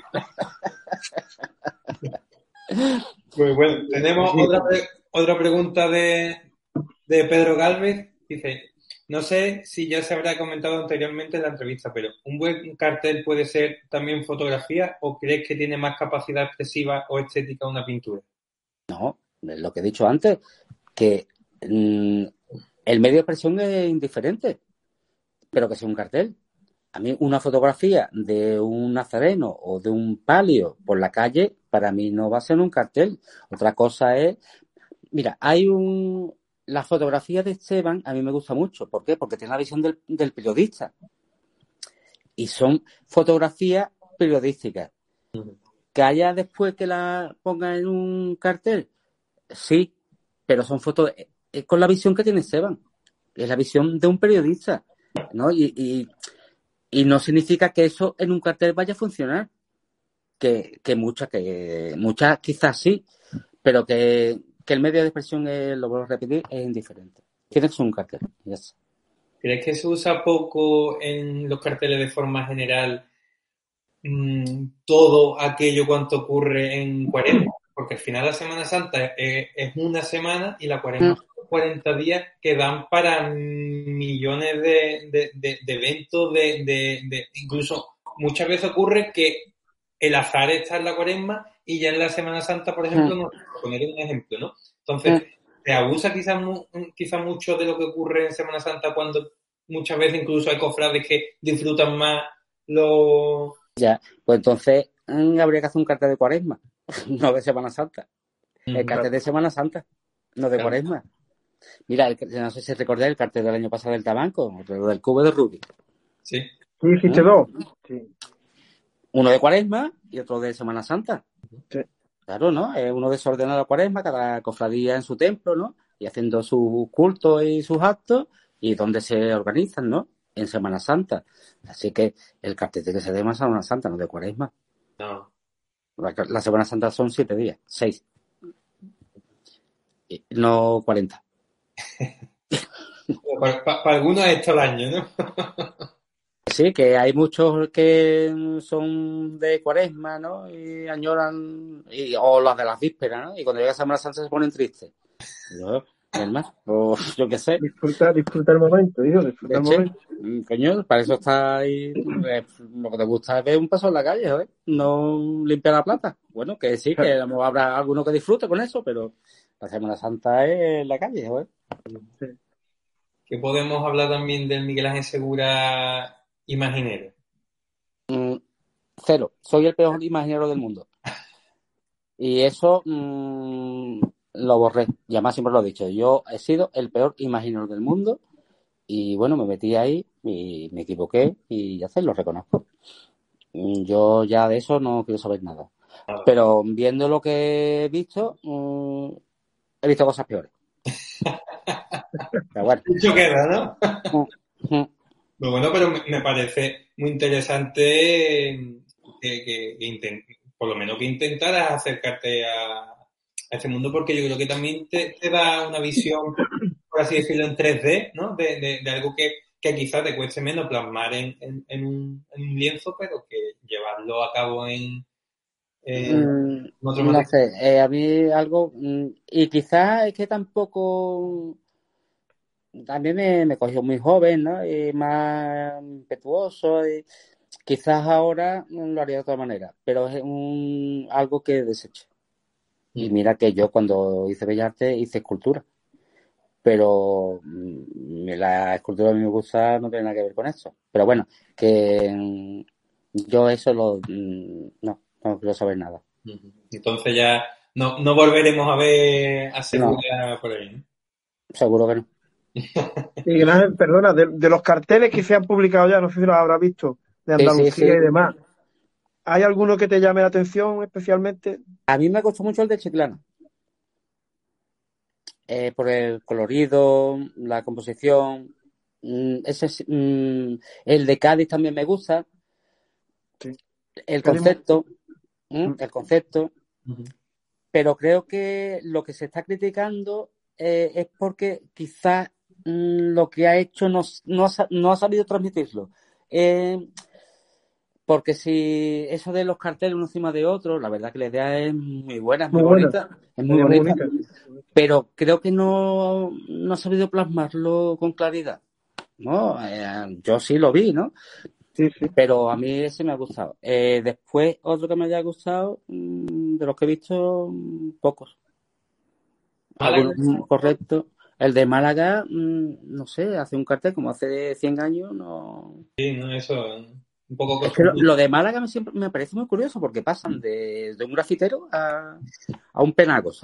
S3: Pues bueno, tenemos
S4: Sí,
S3: otra, pre- otra pregunta de, de Pedro Galvez. Dice, no sé si ya se habrá comentado anteriormente en la entrevista, pero ¿un buen cartel puede ser también fotografía o crees que tiene más capacidad expresiva o estética una pintura?
S5: No, lo que he dicho antes, que mm, el medio de expresión es indiferente, pero que sea un cartel. A mí una fotografía de un nazareno o de un palio por la calle, para mí no va a ser un cartel. Otra cosa es, mira, hay un... La fotografía de Esteban a mí me gusta mucho. ¿Por qué? Porque tiene la visión del, del periodista. Y son fotografías periodísticas. Que haya después que la ponga en un cartel, sí, pero son fotos eh, eh, con la visión que tiene Esteban. Es la visión de un periodista, ¿no? Y, y, y no significa que eso en un cartel vaya a funcionar. Que, que muchas, que muchas quizás sí, pero que, que el medio de expresión, es, lo vuelvo a repetir, es indiferente. Tiene que ser un cartel. Ya está.
S3: ¿Crees que se usa poco en los carteles de forma general mm, todo aquello cuanto ocurre en Cuaresma? Porque al final la Semana Santa es, es una semana y la Cuaresma son cuarenta días que dan para millones de, de, de, de eventos, de, de, de, incluso muchas veces ocurre que el azar está en la Cuaresma y ya en la Semana Santa, por ejemplo, no, por poner un ejemplo, ¿no? Entonces, se abusa quizás mu- quizás mucho de lo que ocurre en Semana Santa cuando muchas veces incluso hay cofrades que disfrutan más los...
S5: Ya, pues entonces mm, habría que hacer un cartel de Cuaresma, no de Semana Santa. El cartel de Semana Santa, no de
S3: Claro.
S5: Cuaresma. Mira, el, no sé si recordáis el cartel del año pasado del tabaco, otro del cubo de Rubik.
S3: Sí.
S4: sí, hiciste
S5: ¿Mm?
S4: dos. Sí,
S5: Uno de Cuaresma y otro de Semana Santa.
S4: sí.
S5: Claro, ¿no? Es uno desordenado de Cuaresma, cada cofradía en su templo, ¿no? Y haciendo sus cultos y sus actos, y donde se organizan, ¿no? En Semana Santa. Así que el cartel tiene que ser de Semana Santa, no de Cuaresma.
S3: No.
S5: La, la Semana Santa son siete días, seis, y no cuarenta.
S3: Para, para- para algunos es todo el año, ¿no?
S5: Sí, que hay muchos que son de Cuaresma, ¿no? Y añoran, y, o las de las vísperas, ¿no? Y cuando llega Semana Santa se ponen tristes. Yo, mi hermano, o yo qué sé.
S4: Disfruta, disfruta el momento, hijo, disfruta el
S5: Leche,
S4: momento.
S5: mm, coño, para eso está ahí. eh, lo que te gusta es ver un paso en la calle, ¿sabes? No limpiar la plata. Bueno, que sí, que a lo mejor habrá alguno que disfrute con eso, pero la Semana Santa es en la calle, ¿sabes?
S4: Sí.
S3: Que podemos hablar también del Miguel Ángel Segura imaginero.
S5: Mm, cero. Soy el peor imaginero del mundo. Y eso mm, lo borré. Y además siempre lo he dicho. Yo he sido el peor imaginero del mundo. Y bueno, me metí ahí y me equivoqué y ya sé, lo reconozco. Mm, Yo ya de eso no quiero saber nada.
S3: Nada.
S5: Pero viendo lo que he visto, mmm, he visto cosas peores. Pero bueno.
S3: Mucho queda, ¿no?
S5: Mm, mm.
S3: Pero bueno, pero me, me parece muy interesante eh, que, que- que inten- por lo menos que intentaras acercarte a, a este mundo, porque yo creo que también te, te da una visión, por así decirlo, en tres D, ¿no? De, de- de algo que, que quizás te cueste menos plasmar en, en- en un, en un lienzo, pero que llevarlo a cabo en, en
S5: Mm,
S3: otro
S5: No
S3: material.
S5: sé, eh, a mí algo, mm, y quizás es que tampoco, también me, me cogió muy joven, ¿no? Y más impetuoso, y quizás ahora mm, lo haría de otra manera, pero es un, algo que desecho. Y mira que yo cuando hice Bellas Artes hice escultura. pero mm, la escultura a mí me gusta, no tiene nada que ver con eso. Pero bueno, que mm, yo eso lo mm, no, no quiero saber nada.
S3: Ujú. Entonces ya no, no volveremos a ver a
S5: No,
S3: Segura por ahí, ¿no?
S5: seguro que no.
S4: Miguel Ángel, perdona, de, de los carteles que se han publicado ya, no sé si los habrás visto, de
S5: Sí, sí,
S4: Andalucía
S5: sí.
S4: y demás, ¿hay alguno que te llame la atención especialmente?
S5: A mí me gustó mucho el de Chiclana, eh, por el colorido, la composición. mm, ese es, mm, el de Cádiz también me gusta,
S4: Sí.
S5: el
S4: Cádiz mu-
S5: concepto, ¿m?
S4: mm,
S5: el concepto,
S3: Ujú.
S5: pero creo que lo que se está criticando eh, es porque quizás mm, lo que ha hecho no, no, ha, sa- no ha sabido transmitirlo. Eh, porque si eso de los carteles uno encima de otro, la verdad que la idea es muy buena, es muy
S4: Muy buena,
S5: bonita, es
S4: la
S5: muy
S4: idea muy
S5: bonita,
S4: bonita.
S5: pero creo que no, no ha sabido plasmarlo con claridad, ¿no? Eh, yo sí lo vi, ¿no?
S4: Sí, sí.
S5: Pero a mí ese me ha gustado. Eh, después, otro que me haya gustado, mm, de los que he visto, mm, pocos.
S3: Málaga,
S5: Algunos mm, correctos. El de Málaga, mm, no sé, hace un cartel como hace cien años, no.
S3: sí, ¿no? Eso, un poco
S5: Es que lo,
S3: confundido.
S5: lo de Málaga me, siempre, me parece muy curioso porque pasan de, de un grafitero a, a un penagos.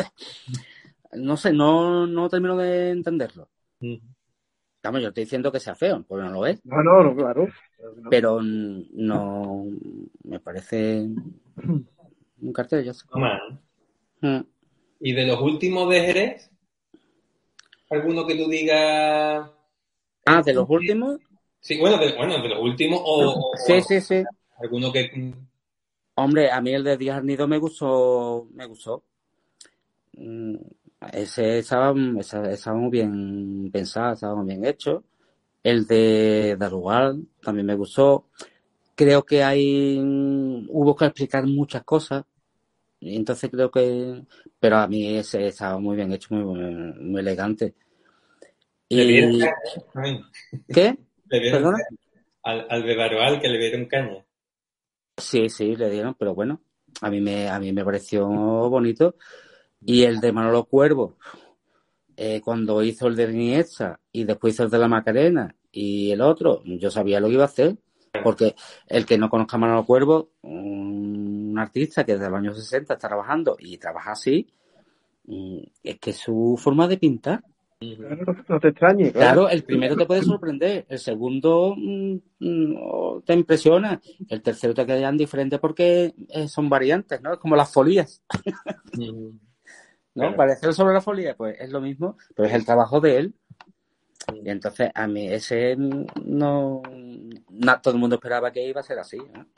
S5: No sé, no, no termino de entenderlo.
S3: Ujú.
S5: Vamos, yo estoy diciendo que sea feo, pues no lo es,
S4: No, no, no, claro. Claro que no.
S5: pero mm, no me parece un cartel, ya sé.
S3: No más, ¿no?
S5: Mm.
S3: Y de los últimos de Jerez, ¿alguno que tú digas?
S5: Ah, de los últimos,
S3: Sí, bueno, de, bueno, de los últimos o, o- o
S5: sí, sí, sí.
S3: alguno que...
S5: Hombre, a mí el de Díaz Arnido me gustó, me gustó. Mm, Ese estaba, esa- estaba muy bien pensado, estaba muy bien hecho. El de Darugal también me gustó. Creo que hay, mm, hubo que explicar muchas cosas. Y entonces creo que, pero a mí ese estaba muy bien hecho, muy, muy, muy elegante.
S3: Le dieron
S5: ¿Y
S3: caña, ¿eh? También.
S5: qué?
S3: Le dieron
S5: ¿Perdona?
S3: caña. Al, al de Baroal que le dieron caña.
S5: Sí, sí, le dieron, pero bueno, a mí me, a mí me pareció bonito. Y el de Manolo Cuervo, eh, cuando hizo el de Iniesta y después hizo el de la Macarena y el otro, yo sabía lo que iba a hacer, porque el que no conozca a Manolo Cuervo, un artista que desde los años sesenta está trabajando y trabaja así, mm, es que es su forma de pintar.
S4: Claro, no, no te extrañes, claro.
S5: Claro, el primero te puede sorprender, el segundo mm, mm, te impresiona, el tercero te quedan diferentes porque eh, son variantes, ¿no? Es como las folías,
S3: Ujú.
S5: ¿no?
S3: Claro.
S5: Parecer sobre la folía, pues es lo mismo, pero es el trabajo de él. Y entonces a mí ese mm, no, na- todo el mundo esperaba que iba a ser así, ¿no?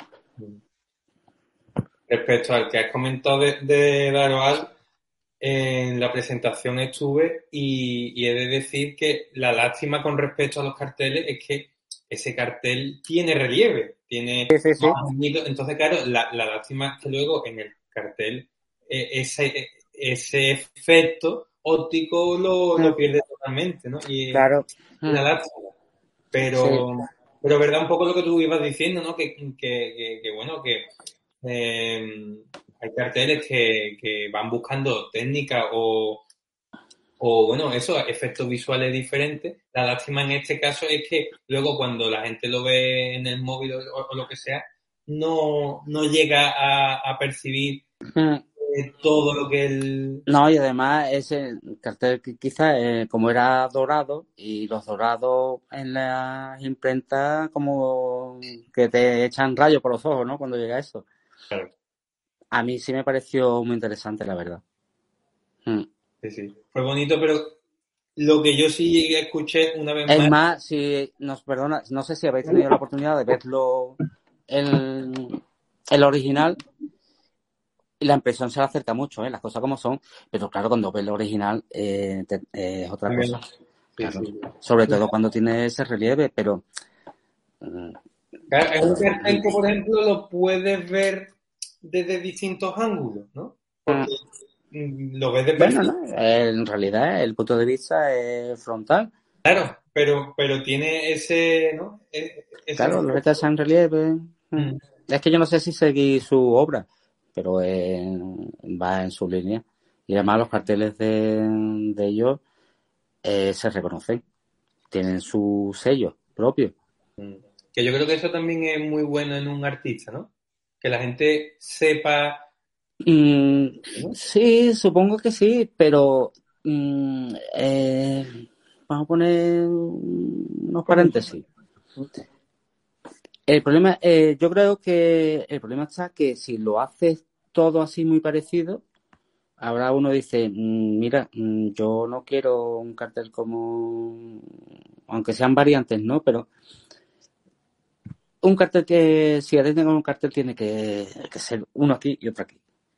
S3: Respecto al que has comentado de, de Baroal, en la presentación estuve y, y he de decir que la lástima con respecto a los carteles es que ese cartel tiene relieve, tiene
S5: Sí, sí, sí.
S3: más bonito. Entonces, claro, la, la lástima es que luego en el cartel eh, ese, ese efecto óptico lo, lo pierde totalmente, ¿no? Y
S5: Claro.
S3: es una lástima. Pero,
S5: Sí.
S3: pero verdad un poco lo que tú ibas diciendo, ¿no? Que, que, que, que bueno, que eh, hay carteles que, que van buscando técnicas o, o, bueno, eso, efectos visuales diferentes. La lástima en este caso es que luego cuando la gente lo ve en el móvil o, o lo que sea, no, no llega a, a percibir
S5: Mm.
S3: eh, todo lo que el...
S5: No, y además ese cartel que quizás eh, como era dorado y los dorados en las imprentas como que te echan rayos por los ojos, ¿no? Cuando llega eso.
S3: Claro.
S5: A mí sí me pareció muy interesante, la verdad. Mm.
S3: Sí, sí. Fue bonito, pero lo que yo sí escuché una vez
S5: Es
S3: más...
S5: más, si nos perdona, no sé si habéis tenido la oportunidad de verlo el, el original, y la impresión se le acerca mucho, ¿eh? Las cosas como son, pero claro, cuando ves el original eh, te- eh, es otra cosa.
S3: Sí,
S5: Claro.
S3: sí.
S5: Sobre todo cuando tiene ese relieve, pero mm,
S3: Claro, es un cartel que, por ejemplo, lo puedes ver desde distintos ángulos, ¿no? Porque mm, lo ves de
S5: bueno,
S3: perfil,
S5: ¿no? En realidad el punto de vista es frontal.
S3: claro, pero, pero tiene ese, ¿no? E- ese
S5: Claro, los retas en relieve. mm.
S3: Mm.
S5: Es que yo no sé si seguí su obra, pero eh, va en su línea. Y además los carteles de, de ellos eh, se reconocen, tienen su sello propio.
S3: Que yo creo que eso también es muy bueno en un artista, ¿no? Que la gente sepa...
S5: Mm, sí, supongo que sí, pero mm, eh, vamos a poner unos paréntesis. El problema, eh, yo creo que el problema está que si lo haces todo así muy parecido, habrá uno que dice, mm, mira, mm, yo no quiero un cartel como, aunque sean variantes, ¿no? Pero un cartel que, si atenden con un cartel, tiene que, que ser uno aquí y otro aquí.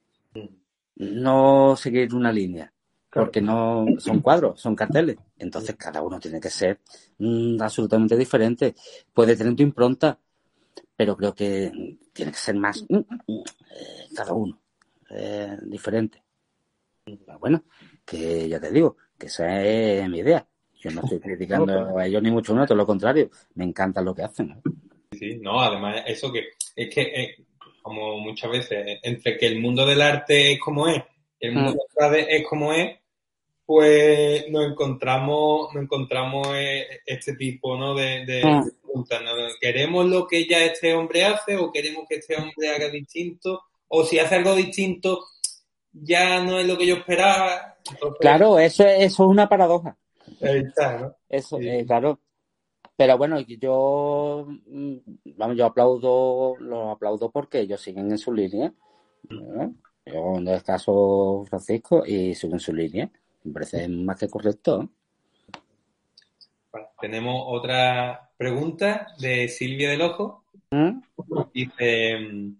S5: No seguir una línea, porque no son cuadros, son carteles. Entonces cada uno tiene que ser mm, absolutamente diferente. Puede tener tu impronta, pero creo que tiene que ser más mm, mm, eh, cada uno eh, diferente. Pero bueno, que ya te digo, que esa es mi idea. Yo no estoy criticando a ellos ni mucho menos, todo lo contrario. Me encanta lo que hacen, ¿no?
S3: Sí, no, además eso que es que eh, como muchas veces entre que el mundo del arte es como es, el mundo
S5: Mm.
S3: del arte es como es, pues nos encontramos, nos encontramos eh, este tipo, ¿no? de, de,
S5: Mm.
S3: de preguntas, ¿no? ¿Queremos lo que ya este hombre hace o queremos que este hombre haga distinto? O si hace algo distinto ya no es lo que yo esperaba. Entonces,
S5: Claro, eso, es- eso es una paradoja.
S3: ahí está, ¿no?
S5: Eso,
S3: Sí.
S5: eh, claro. Pero bueno, yo, mm, vamos, yo aplaudo, los aplaudo porque ellos siguen en su línea. ¿No? Yo, en el caso Francisco, y siguen su línea. Me parece más que correcto.
S3: Vale, tenemos otra pregunta de Silvia del Ojo.
S5: ¿Mm?
S3: Dice,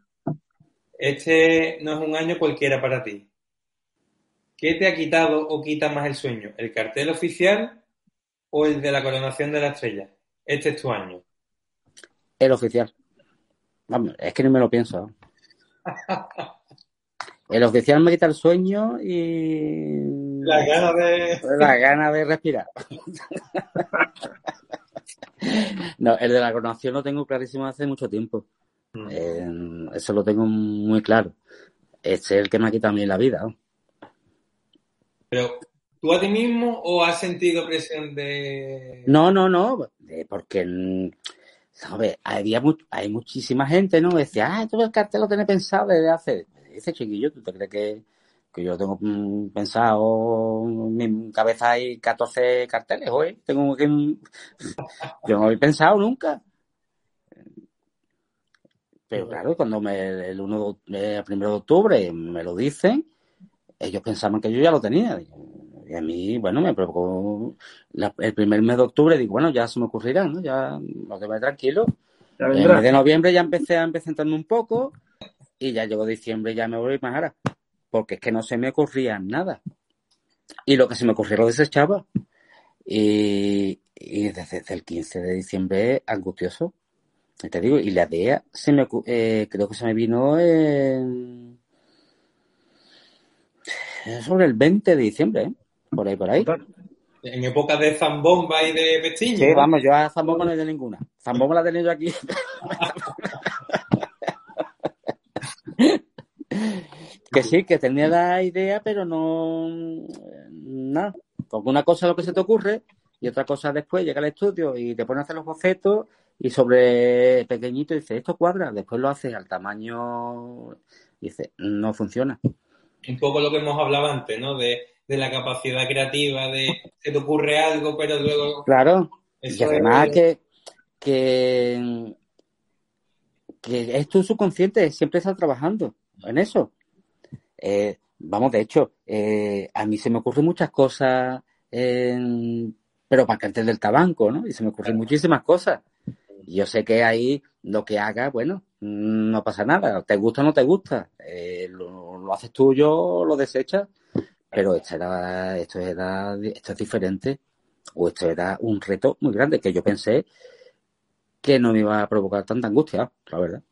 S3: este no es un año cualquiera para ti. ¿Qué te ha quitado o quita más el sueño? ¿El cartel oficial o el de la coronación de la estrella? Este es tu año.
S5: El oficial. Vamos, es que ni me lo pienso. El oficial me quita el sueño y
S3: La gana de...
S5: la gana de respirar. No, el de la coronación lo tengo clarísimo hace mucho tiempo.
S3: Mm.
S5: Eh, eso lo tengo muy claro. Este es el que me ha quitado a mí la vida, ¿no?
S3: Pero, ¿tú a ti mismo o has sentido presión de...?
S5: No, no, no, eh, porque, mm, ¿sabes? Había mu- hay muchísima gente, ¿no? Decía, ah, tú el cartel lo tenés pensado desde hace... Dice, chiquillo, ¿tú te crees que, que yo tengo mm, pensado, en mi cabeza hay catorce carteles hoy? Tengo que... Yo no lo he pensado nunca. Pero claro, cuando me, el uno de, el primero de octubre me lo dicen, ellos pensaban que yo ya lo tenía. Y a mí, bueno, me provocó la- el primer mes de octubre, digo, bueno, ya se me ocurrirá, ¿no? Ya lo tengo tranquilo.
S4: Ya
S5: En el
S4: vendrá.
S5: mes de noviembre ya empecé a empezar un poco y ya llegó diciembre y ya me volví más ahora. Porque es que no se me ocurría nada. Y lo que se me ocurría lo desechaba. Y, y desde, desde el quince de diciembre, angustioso. Te digo, y la idea se me, ocu- eh, creo que se me vino en- sobre el veinte de diciembre, ¿eh? Por ahí, por ahí.
S4: Total.
S3: En épocas de zambomba y de pestiño,
S5: Sí,
S3: ¿no?
S5: vamos, yo a Zambomba no he de ninguna. Zambomba la tenía yo aquí. Que sí, que tenía la idea, pero no... Nada. Porque una cosa es lo que se te ocurre y otra cosa después llega al estudio y te pones a hacer los bocetos y sobre pequeñito dices, esto cuadra. Después lo haces al tamaño... Dices, no funciona.
S3: Un poco lo que hemos hablado antes, ¿no? De, de la capacidad creativa, de se te ocurre algo, pero luego...
S5: Claro.
S3: Eso
S5: Y además
S3: es-
S5: que, que, que es tu subconsciente, siempre está trabajando en eso. Eh, vamos, de hecho, eh, a mí se me ocurren muchas cosas, en- pero para cartel del tabanco, ¿no? Y se me ocurren muchísimas cosas. Y yo sé que ahí lo que haga, bueno, no pasa nada. Te gusta o no te gusta. Eh, lo, lo haces tuyo, lo desechas. Pero esto era, esto era, esto es diferente. O esto era un reto muy grande que yo pensé que no me iba a provocar tanta angustia, la verdad.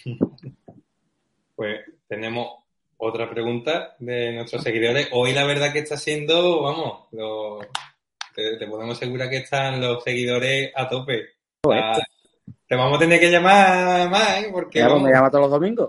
S3: Pues tenemos otra pregunta de nuestros seguidores. Hoy la verdad que está siendo, vamos, lo- te, te podemos asegurar que están los seguidores a tope. Ah, te vamos a tener que llamar más, ¿eh? Porque
S5: Ya, pues,
S3: vamos,
S5: me llama todos los domingos.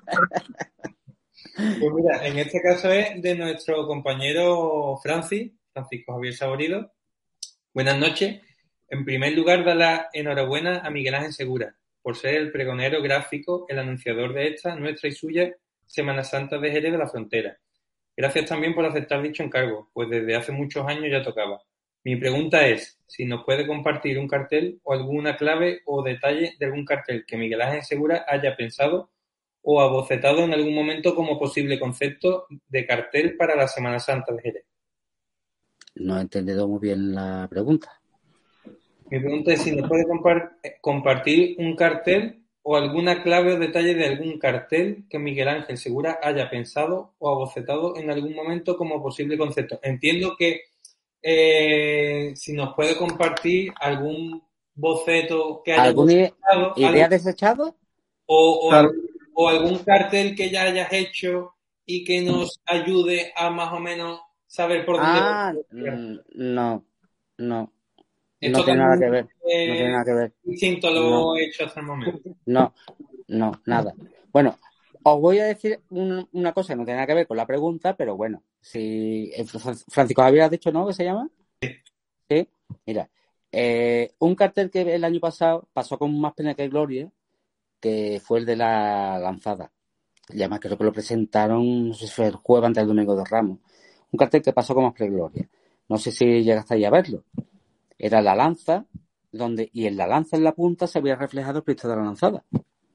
S3: pues mira, en este caso es de nuestro compañero Francis, Francisco Javier Saborido. Buenas noches. En primer lugar, da la enhorabuena a Miguel Ángel Segura por ser el pregonero gráfico, el anunciador de esta, nuestra y suya, Semana Santa de Jerez de la Frontera. Gracias también por aceptar dicho encargo, pues desde hace muchos años ya tocaba. Mi pregunta es, si nos puede compartir un cartel o alguna clave o detalle de algún cartel que Miguel Ángel Segura haya pensado o abocetado en algún momento como posible concepto de cartel para la Semana Santa de Jerez.
S5: No he entendido muy bien la pregunta.
S3: Mi pregunta es si nos puede compar- compartir un cartel o alguna clave o detalle de algún cartel que Miguel Ángel Segura haya pensado o abocetado en algún momento como posible concepto. Entiendo que eh, si nos puede compartir algún boceto que haya
S5: ¿Alguna
S3: bocetado,
S5: idea
S3: algo-
S5: desechado?
S3: o, o,
S4: Claro.
S3: algún- o algún cartel que ya hayas hecho y que nos ayude a más o menos saber por dónde
S5: Ah,
S3: va.
S5: mm, no, no,
S3: Esto
S5: no tiene nada que
S3: también
S5: ver, no tiene nada que ver.
S3: distinto a lo
S5: No.
S3: hecho hasta el momento.
S5: No, no, nada. Bueno, os voy a decir un- una cosa que no tiene nada que ver con la pregunta, pero bueno, si eh, Fran- Francisco Javier has dicho, ¿no? ¿Que se llama? Sí. Mira, eh, un cartel que el año pasado pasó con más pena que gloria, que fue el de la lanzada. Y además creo que lo presentaron, no sé si fue el jueves antes del Domingo de Ramos. Un cartel que pasó con más pena que gloria. No sé si llegaste ahí a verlo. Era la lanza, donde, y en la lanza en la punta se había reflejado el Cristo de la Lanzada.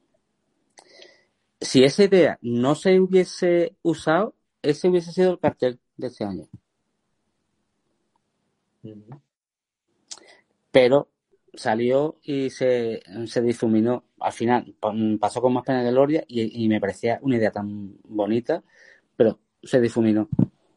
S5: Si esa idea no se hubiese usado, ese hubiese sido el cartel de este año.
S3: Ujú.
S5: Pero salió y se, se difuminó. Al final pa- pasó con más pena que gloria y, y me parecía una idea tan bonita, pero se difuminó.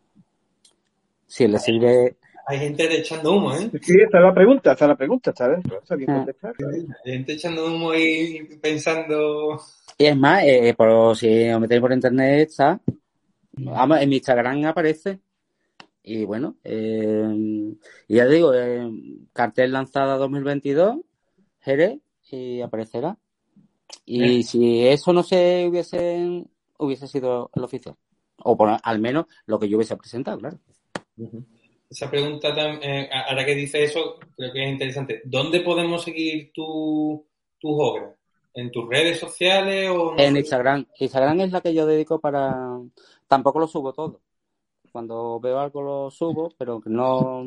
S5: Si le sirve...
S3: Hay gente echando humo, ¿eh?
S4: Sí, esa es la pregunta, esa es la pregunta, ¿sabes? Está bien
S5: Ah.
S4: contestar. ¿sabes?
S3: Hay gente echando humo y pensando...
S5: Y es más, eh, por, si os metéis por internet, está. Vamos, en mi Instagram aparece. Y bueno, eh, y ya digo, eh, cartel lanzada dos mil veintidós, Jerez, y aparecerá. Y
S3: ¿Eh?
S5: si eso no se hubiese, hubiese sido el oficial. O por al menos lo que yo hubiese presentado, claro.
S3: Esa pregunta, tam- eh, ahora que dice eso, creo que es interesante. ¿Dónde podemos seguir tu, tus obras? ¿En tus redes sociales o no
S5: En
S3: sé?
S5: Instagram. Instagram es la que yo dedico para... Tampoco lo subo todo. Cuando veo algo lo subo, pero que no...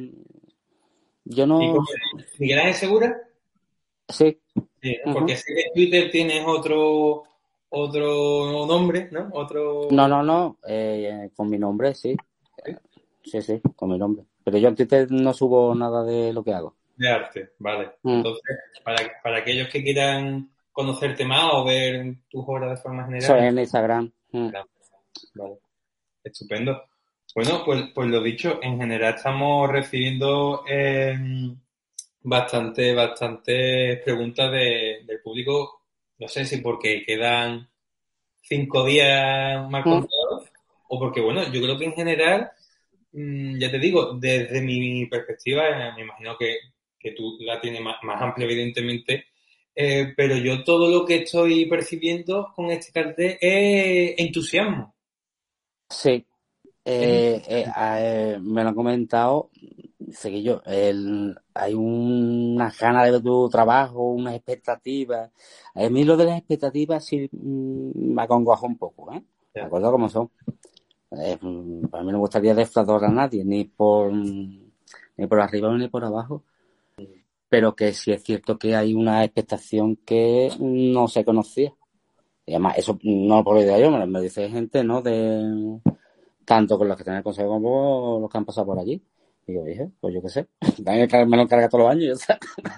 S5: Yo
S3: ¿Y
S5: no...
S3: cómo es? ¿Miguel Ángel Segura?
S5: Sí.
S3: Sí, ¿no?
S5: Ujú.
S3: Porque sé que en Twitter tienes otro, otro nombre, ¿no? Otro...
S5: No, no, no. Eh, con mi nombre, sí.
S3: ¿Sí?
S5: Sí, sí, con mi nombre. Pero yo en Twitter no subo nada de lo que hago.
S3: De arte, vale.
S5: Mm.
S3: Entonces, para, para aquellos que quieran conocerte más o ver tus obras de forma
S5: Eso es
S3: general,
S5: en Instagram. Mm.
S3: vale. Estupendo. Bueno, pues, pues lo dicho, en general estamos recibiendo eh, bastante, bastante preguntas de, del público. No sé si porque quedan cinco días más
S5: Mm.
S3: contados o porque, bueno, yo creo que en general, mm, ya te digo, desde mi perspectiva, eh, me imagino que, que tú la tienes más, más amplia, evidentemente, eh, pero yo todo lo que estoy percibiendo con este cartel es entusiasmo.
S5: Sí. Eh, eh, eh, me lo han comentado, sé que yo, el, hay un- unas ganas de ver tu trabajo, unas expectativas. A mí lo de las expectativas sí mm, me acongoja un poco, ¿eh? Me
S3: Ya.
S5: acuerdo cómo son. Eh, mm, para mí no me gustaría defraudar a nadie, ni por, ni por arriba ni por abajo. Pero que sí es cierto que hay una expectación que no se conocía. Y además, eso no lo puedo decir yo, me lo me lo dice gente, ¿no? De tanto con los que tienen el consejo como los que han pasado por allí. Y yo dije, pues yo qué sé, también me lo encarga todos los años. Ya está.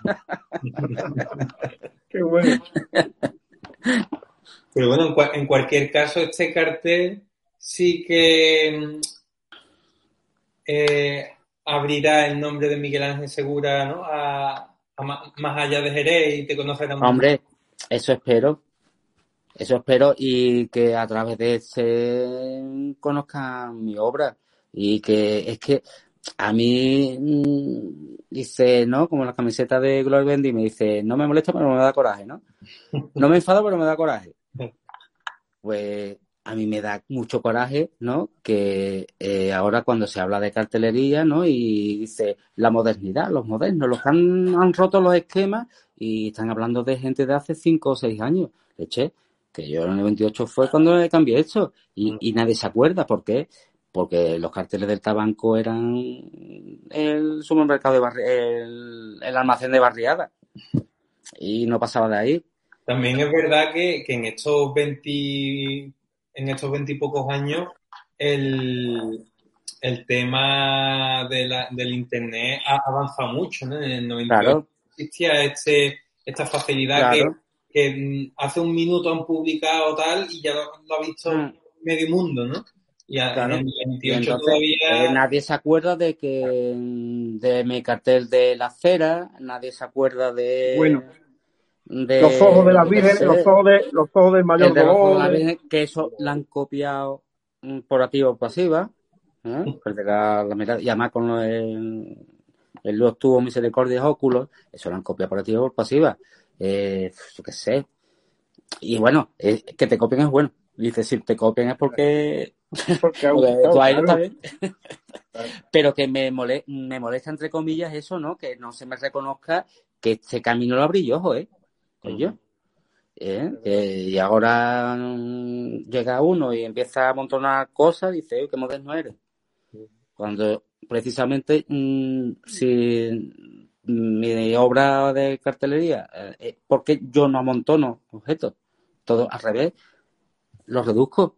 S4: Qué bueno.
S3: Pero bueno, en, cua- en cualquier caso, este cartel sí que mm, eh, abrirá el nombre de Miguel Ángel Segura, ¿no? A, a ma- más allá de Jerez y te conocerán más.
S5: Hombre, eso espero. Eso espero y que a través de ese conozcan mi obra. Y que es que a mí mm, dice, ¿no? Como la camiseta de Glory Bendy me dice, no me molesta pero me da coraje, ¿no? No me enfado pero me da coraje. Pues a mí me da mucho coraje, ¿no? Que eh, ahora cuando se habla de cartelería, ¿no? Y dice la modernidad, los modernos, los que han, han roto los esquemas y están hablando de gente de hace cinco o seis años. Leche, que yo en el noventa y ocho fue cuando me cambié esto y, y nadie se acuerda. ¿Por qué? Porque los carteles del tabaco eran el supermercado de barri el, el almacén de barriada y no pasaba de ahí.
S3: También es verdad que, que en estos veinte, en estos veinte y pocos años el, el tema de la, del internet ha avanzado mucho, ¿no? En el noventa y ocho
S5: Claro,
S3: existía este, esta facilidad que,
S5: claro.
S3: que hace un minuto han publicado tal y ya lo, lo ha visto
S5: Mm,
S3: medio mundo, ¿no? Y a- en
S5: claro.
S3: el
S5: Y
S3: veintiocho
S5: entonces eh,
S3: todavía,
S5: nadie se acuerda de que mm, de mi cartel de la acera, nadie se acuerda
S4: Bueno,
S5: de
S4: los ojos de
S5: de
S4: las
S5: yo qué
S4: vírgenes, los
S5: sé,
S4: ojos de, los ojos del
S5: el
S4: mayor
S5: de los ojos de la
S4: Dolores.
S5: Virgen, que eso la han copiado mm, por activa o pasiva, ¿eh? El de la, la mirada, y además con el, el Dios tuvo misericordia y óculos, eso lo han copiado por activa o por pasiva. Eh, yo qué sé. Y bueno, eh, que te copien es bueno. Dice, si te copian es porque,
S4: Porque ha
S5: porque
S4: gustado,
S5: tú ahí está
S4: claro.
S5: bien. Pero que me mole, me molesta, entre comillas, eso, ¿no? Que no se me reconozca que este camino lo abrí yo, ¿eh? Coño. ¿Eh? Que- y ahora mm, llega uno y empieza a amontonar cosas y dice, "Uy, qué moderno eres". Cuando precisamente mm, si mi obra de cartelería, eh, eh, ¿por qué yo no amontono objetos? Todo al revés, los reduzco.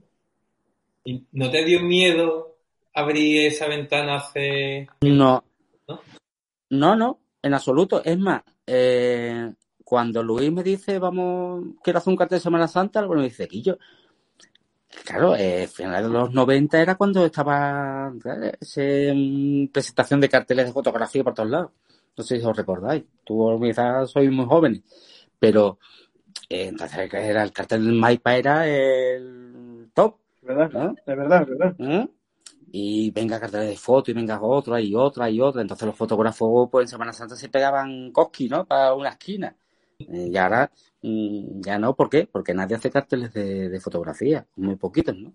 S3: ¿y no te dio miedo abrir esa ventana hace tiempo,
S5: No,
S3: ¿no?
S5: no, no, en absoluto. Es más, eh, cuando Luis me dice, vamos, quiero hacer un cartel de Semana Santa, bueno, me dice, Quillo, claro, eh, finales de los noventa era cuando estaba ¿sabes? Ese, mm, presentación de carteles de fotografía por todos lados. No sé si os recordáis. Tú quizás sois muy jóvenes. Pero eh, entonces era el cartel del Maipa era el top,
S4: ¿Verdad?
S5: ¿no?
S4: De verdad, de verdad.
S5: ¿Eh? Y venga carteles de foto y venga otra y otra y otra. Entonces los fotógrafos pues en Semana Santa se pegaban cosqui, ¿no? Para una esquina. Eh, y ahora mm, ya no, ¿por qué? Porque nadie hace carteles de, de fotografía, muy poquitos, ¿no?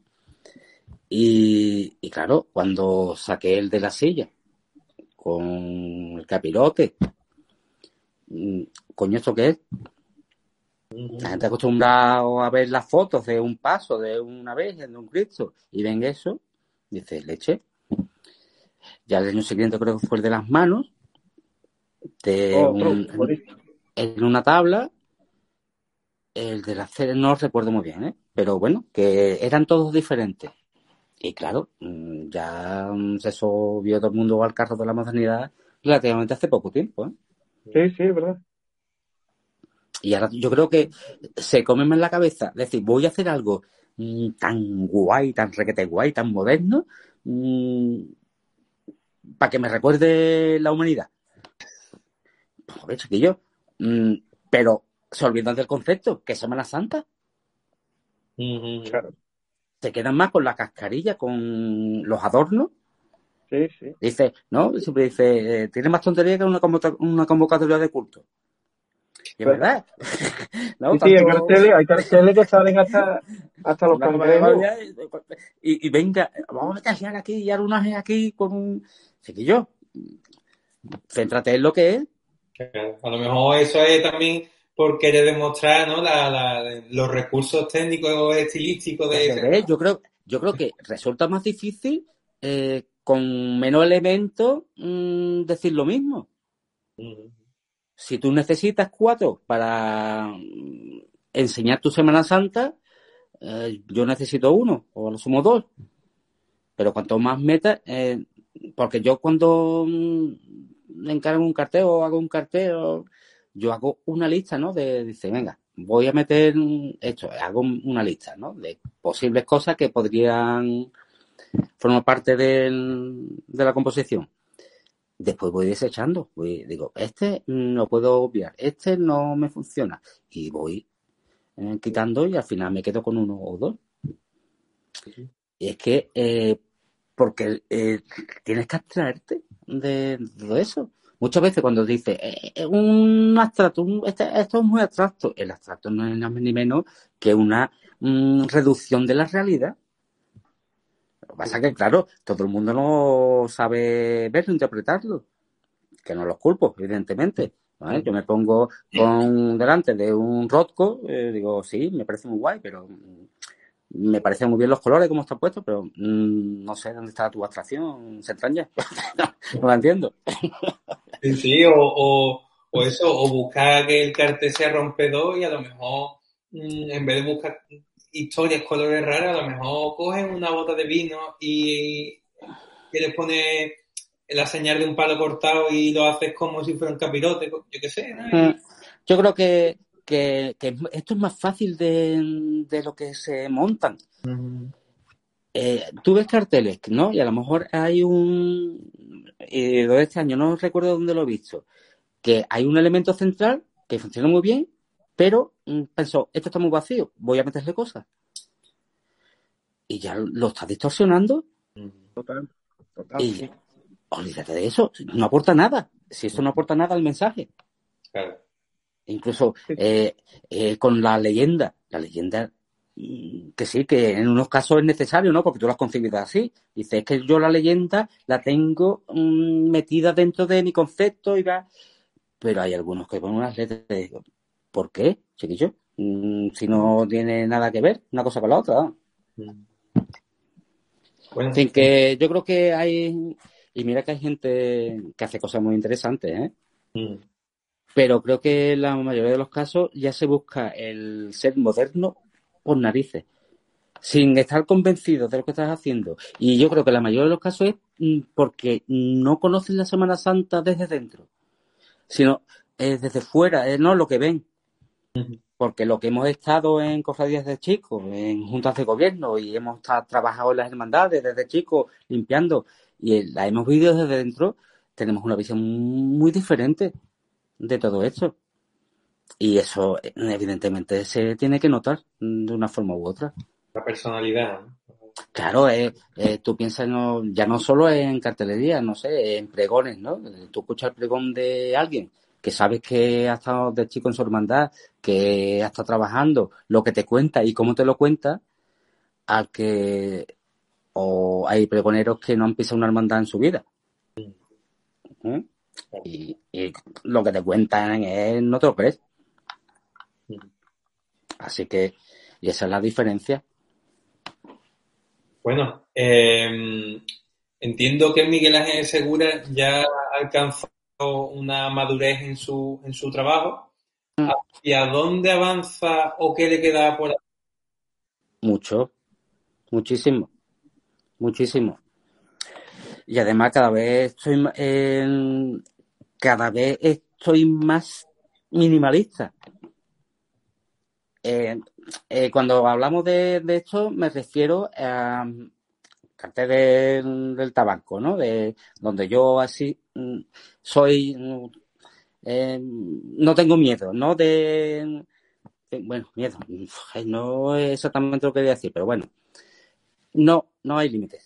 S5: Y, y claro, cuando saqué el de la silla con el capirote, mm, coño, ¿esto qué es? La gente acostumbrada a ver las fotos de un paso, de una Virgen, de un Cristo, y ven eso, dice, leche. Ya el año siguiente creo que fue el de las manos, de
S4: Otro,
S5: un,
S4: buenísimo.
S5: en una tabla, el de las ceres no recuerdo muy bien, ¿eh? Pero bueno, que eran todos diferentes. Y claro, mm, ya mm, se subió todo el mundo al carro de la modernidad relativamente hace poco tiempo, ¿eh?
S4: Sí, sí, es verdad.
S5: Y ahora yo creo que se come en la cabeza, decir, voy a hacer algo mm, tan guay, tan requete guay, tan moderno, mm, para que me recuerde la humanidad. Pues, joder, chiquillo. Mm, pero se olvidan del concepto, que es Semana Santa.
S4: Claro.
S5: Se quedan más con la cascarilla, con los adornos.
S4: Sí, sí.
S5: Dice, ¿no? Siempre dice, eh, tiene más tontería que una, convoca- una convocatoria de culto. Y es
S4: Pues,
S5: verdad. ¿No?
S4: sí, sí, hay
S5: Tanto...
S4: carteles, hay carteles que salen hasta, hasta los
S5: Una
S4: cangrejos.
S5: convocatoria y, y venga, vamos a callar aquí y arunaje aquí con un... Chiquillo, céntrate en lo que es.
S3: Claro, a lo mejor eso es también por querer demostrar, ¿no? la, la, los recursos técnicos o estilísticos de
S5: Al revés, yo creo, yo creo que resulta más difícil eh, con menos elementos mmm, decir lo mismo. Si tú necesitas cuatro para mm, enseñar tu Semana Santa, eh, yo necesito uno, o lo sumo dos. Pero cuanto más metas, eh, porque yo cuando mm, encargo un cartel o hago un cartel, o- yo hago una lista, ¿no? De, dice, venga, voy a meter mm, esto, hago una lista, ¿no? De posibles cosas que podrían formar parte del- de la composición. Después voy desechando, voy, digo, este no puedo obviar, este no me funciona. Y voy eh, quitando y al final me quedo con uno o dos. Y es que, eh, porque eh, tienes que abstraerte de, de todo eso. Muchas veces cuando dices, eh, eh, un abstracto, un, este, esto es muy abstracto, el abstracto no es nada más ni menos que una mm, reducción de la realidad. Lo que pasa es que, claro, todo el mundo no sabe verlo, interpretarlo. Que no los culpo, evidentemente. ¿Vale? Yo me pongo con delante de un Rothko, eh, digo, sí, me parece muy guay, pero mm, me parecen muy bien los colores, como están puestos, pero mmm, no sé dónde está tu abstracción, se extraña. no, no la entiendo.
S3: Sí, sí, o, o, o eso, o buscar que el cartel sea rompedor y a lo mejor, mm, en vez de buscar historias, colores raros, a lo mejor cogen una bota de vino y que les pone la señal de un palo cortado y lo haces como si fuera un capirote, yo qué sé, ¿no? Y...
S5: Yo creo que, que, que esto es más fácil de, de lo que se montan. Uh-huh. Eh, tú ves carteles, ¿no? Y a lo mejor hay un... Eh, de este año, no recuerdo dónde lo he visto, que hay un elemento central que funciona muy bien, pero mm, pensó, esto está muy vacío, voy a meterle cosas. Y ya lo está distorsionando.
S4: Total, total.
S5: Y sí. Olvídate de eso, no aporta nada. Si eso no aporta nada al mensaje.
S3: Claro.
S5: Incluso eh, eh, con la leyenda, la leyenda que sí, que en unos casos es necesario, ¿no? Porque tú lo has concebido así. Dices, es que yo la leyenda la tengo mmm, metida dentro de mi concepto y va... Pero hay algunos que ponen unas letras y digo, ¿por qué, chiquillo? Mm, si no tiene nada que ver una cosa con la otra. ¿no? Bueno. En fin, que yo creo que hay... Y mira que hay gente que hace cosas muy interesantes, ¿eh? Mm. Pero creo que en la mayoría de los casos ya se busca el ser moderno por narices, sin estar convencido de lo que estás haciendo. Y yo creo que la mayoría de los casos es porque no conocen la Semana Santa desde dentro, sino eh, desde fuera, es eh, no lo que ven. Uh-huh. Porque lo que hemos estado en cofradías de chicos, en juntas de gobierno, y hemos estado, trabajado en las hermandades desde chicos, limpiando, y la hemos vivido desde dentro, tenemos una visión muy diferente de todo esto. Y eso, evidentemente, se tiene que notar de una forma u otra.
S3: La personalidad.
S5: Claro, eh, eh, tú piensas no, ya no solo en cartelería, no sé, en pregones, ¿no? Tú escuchas el pregón de alguien que sabes que ha estado de chico en su hermandad, que ha estado trabajando, lo que te cuenta y cómo te lo cuenta, al que... O hay pregoneros que no han pisado una hermandad en su vida. ¿Eh? Y, y lo que te cuentan es, no te lo crees. Así que, y esa es la diferencia.
S3: Bueno, eh, entiendo que Miguel Ángel Segura ya ha alcanzado una madurez en su, en su trabajo. ¿Hacia dónde avanza o qué le queda por ahí?
S5: Mucho, muchísimo, muchísimo. Y además cada vez estoy, eh, cada vez estoy más minimalista. Eh, eh, cuando hablamos de, de esto me refiero a cartel del, del tabaco, ¿no? De donde yo así soy, eh, no tengo miedo, ¿no? De, de bueno, miedo, no es exactamente lo que voy a decir, pero bueno, no, no hay límites.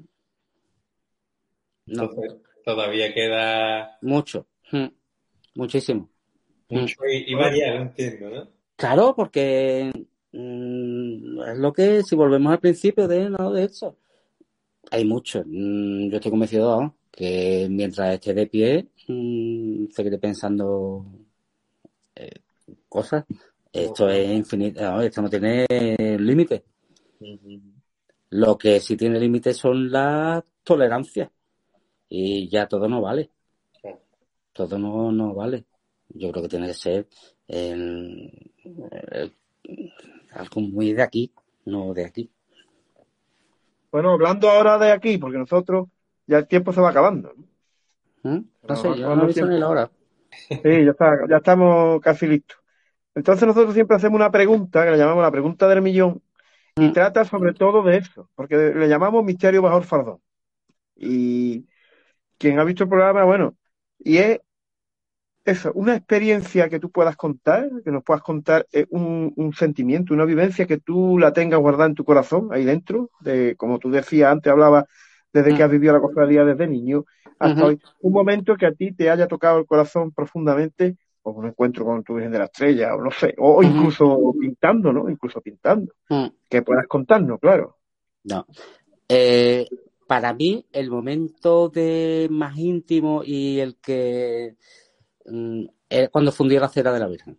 S3: No. Entonces, todavía queda
S5: mucho, muchísimo.
S3: Mucho y, y variado, entiendo, ¿no?
S5: Claro, porque mmm, es lo que, si volvemos al principio de, ¿no? de eso, hay mucho. Mm, yo estoy convencido ¿no? que mientras esté de pie, mmm, seguiré pensando eh, cosas. Esto es infinito, no, esto no tiene límite. Uh-huh. Lo que sí tiene límite son las tolerancias. Y ya todo no vale. Uh-huh. Todo no, no vale. Yo creo que tiene que ser eh, eh, algo muy de aquí, no de aquí.
S4: Bueno, hablando ahora de aquí, porque nosotros ya el tiempo se va acabando.
S5: ¿Mm? No sé, yo no he visto ni la hora.
S4: Sí, ya, está, ya estamos casi listos. Entonces nosotros siempre hacemos una pregunta, que le llamamos la pregunta del millón, y ¿Mm? trata sobre todo de eso, porque le llamamos misterio bajo el fardón. Y quien ha visto el programa, bueno, y es eso, una experiencia que tú puedas contar, que nos puedas contar eh, un, un sentimiento, una vivencia que tú la tengas guardada en tu corazón, ahí dentro, de como tú decías antes, hablabas desde que has vivido la cofradía desde niño hasta uh-huh. hoy, un momento que a ti te haya tocado el corazón profundamente o un encuentro con tu Virgen de la Estrella, o no sé, o, o incluso pintando, ¿no? Incluso pintando.
S5: Mm.
S4: Que puedas contarnos, claro.
S5: No. Eh, para mí, el momento de más íntimo y el que mm, es cuando fundí la cera de la Virgen.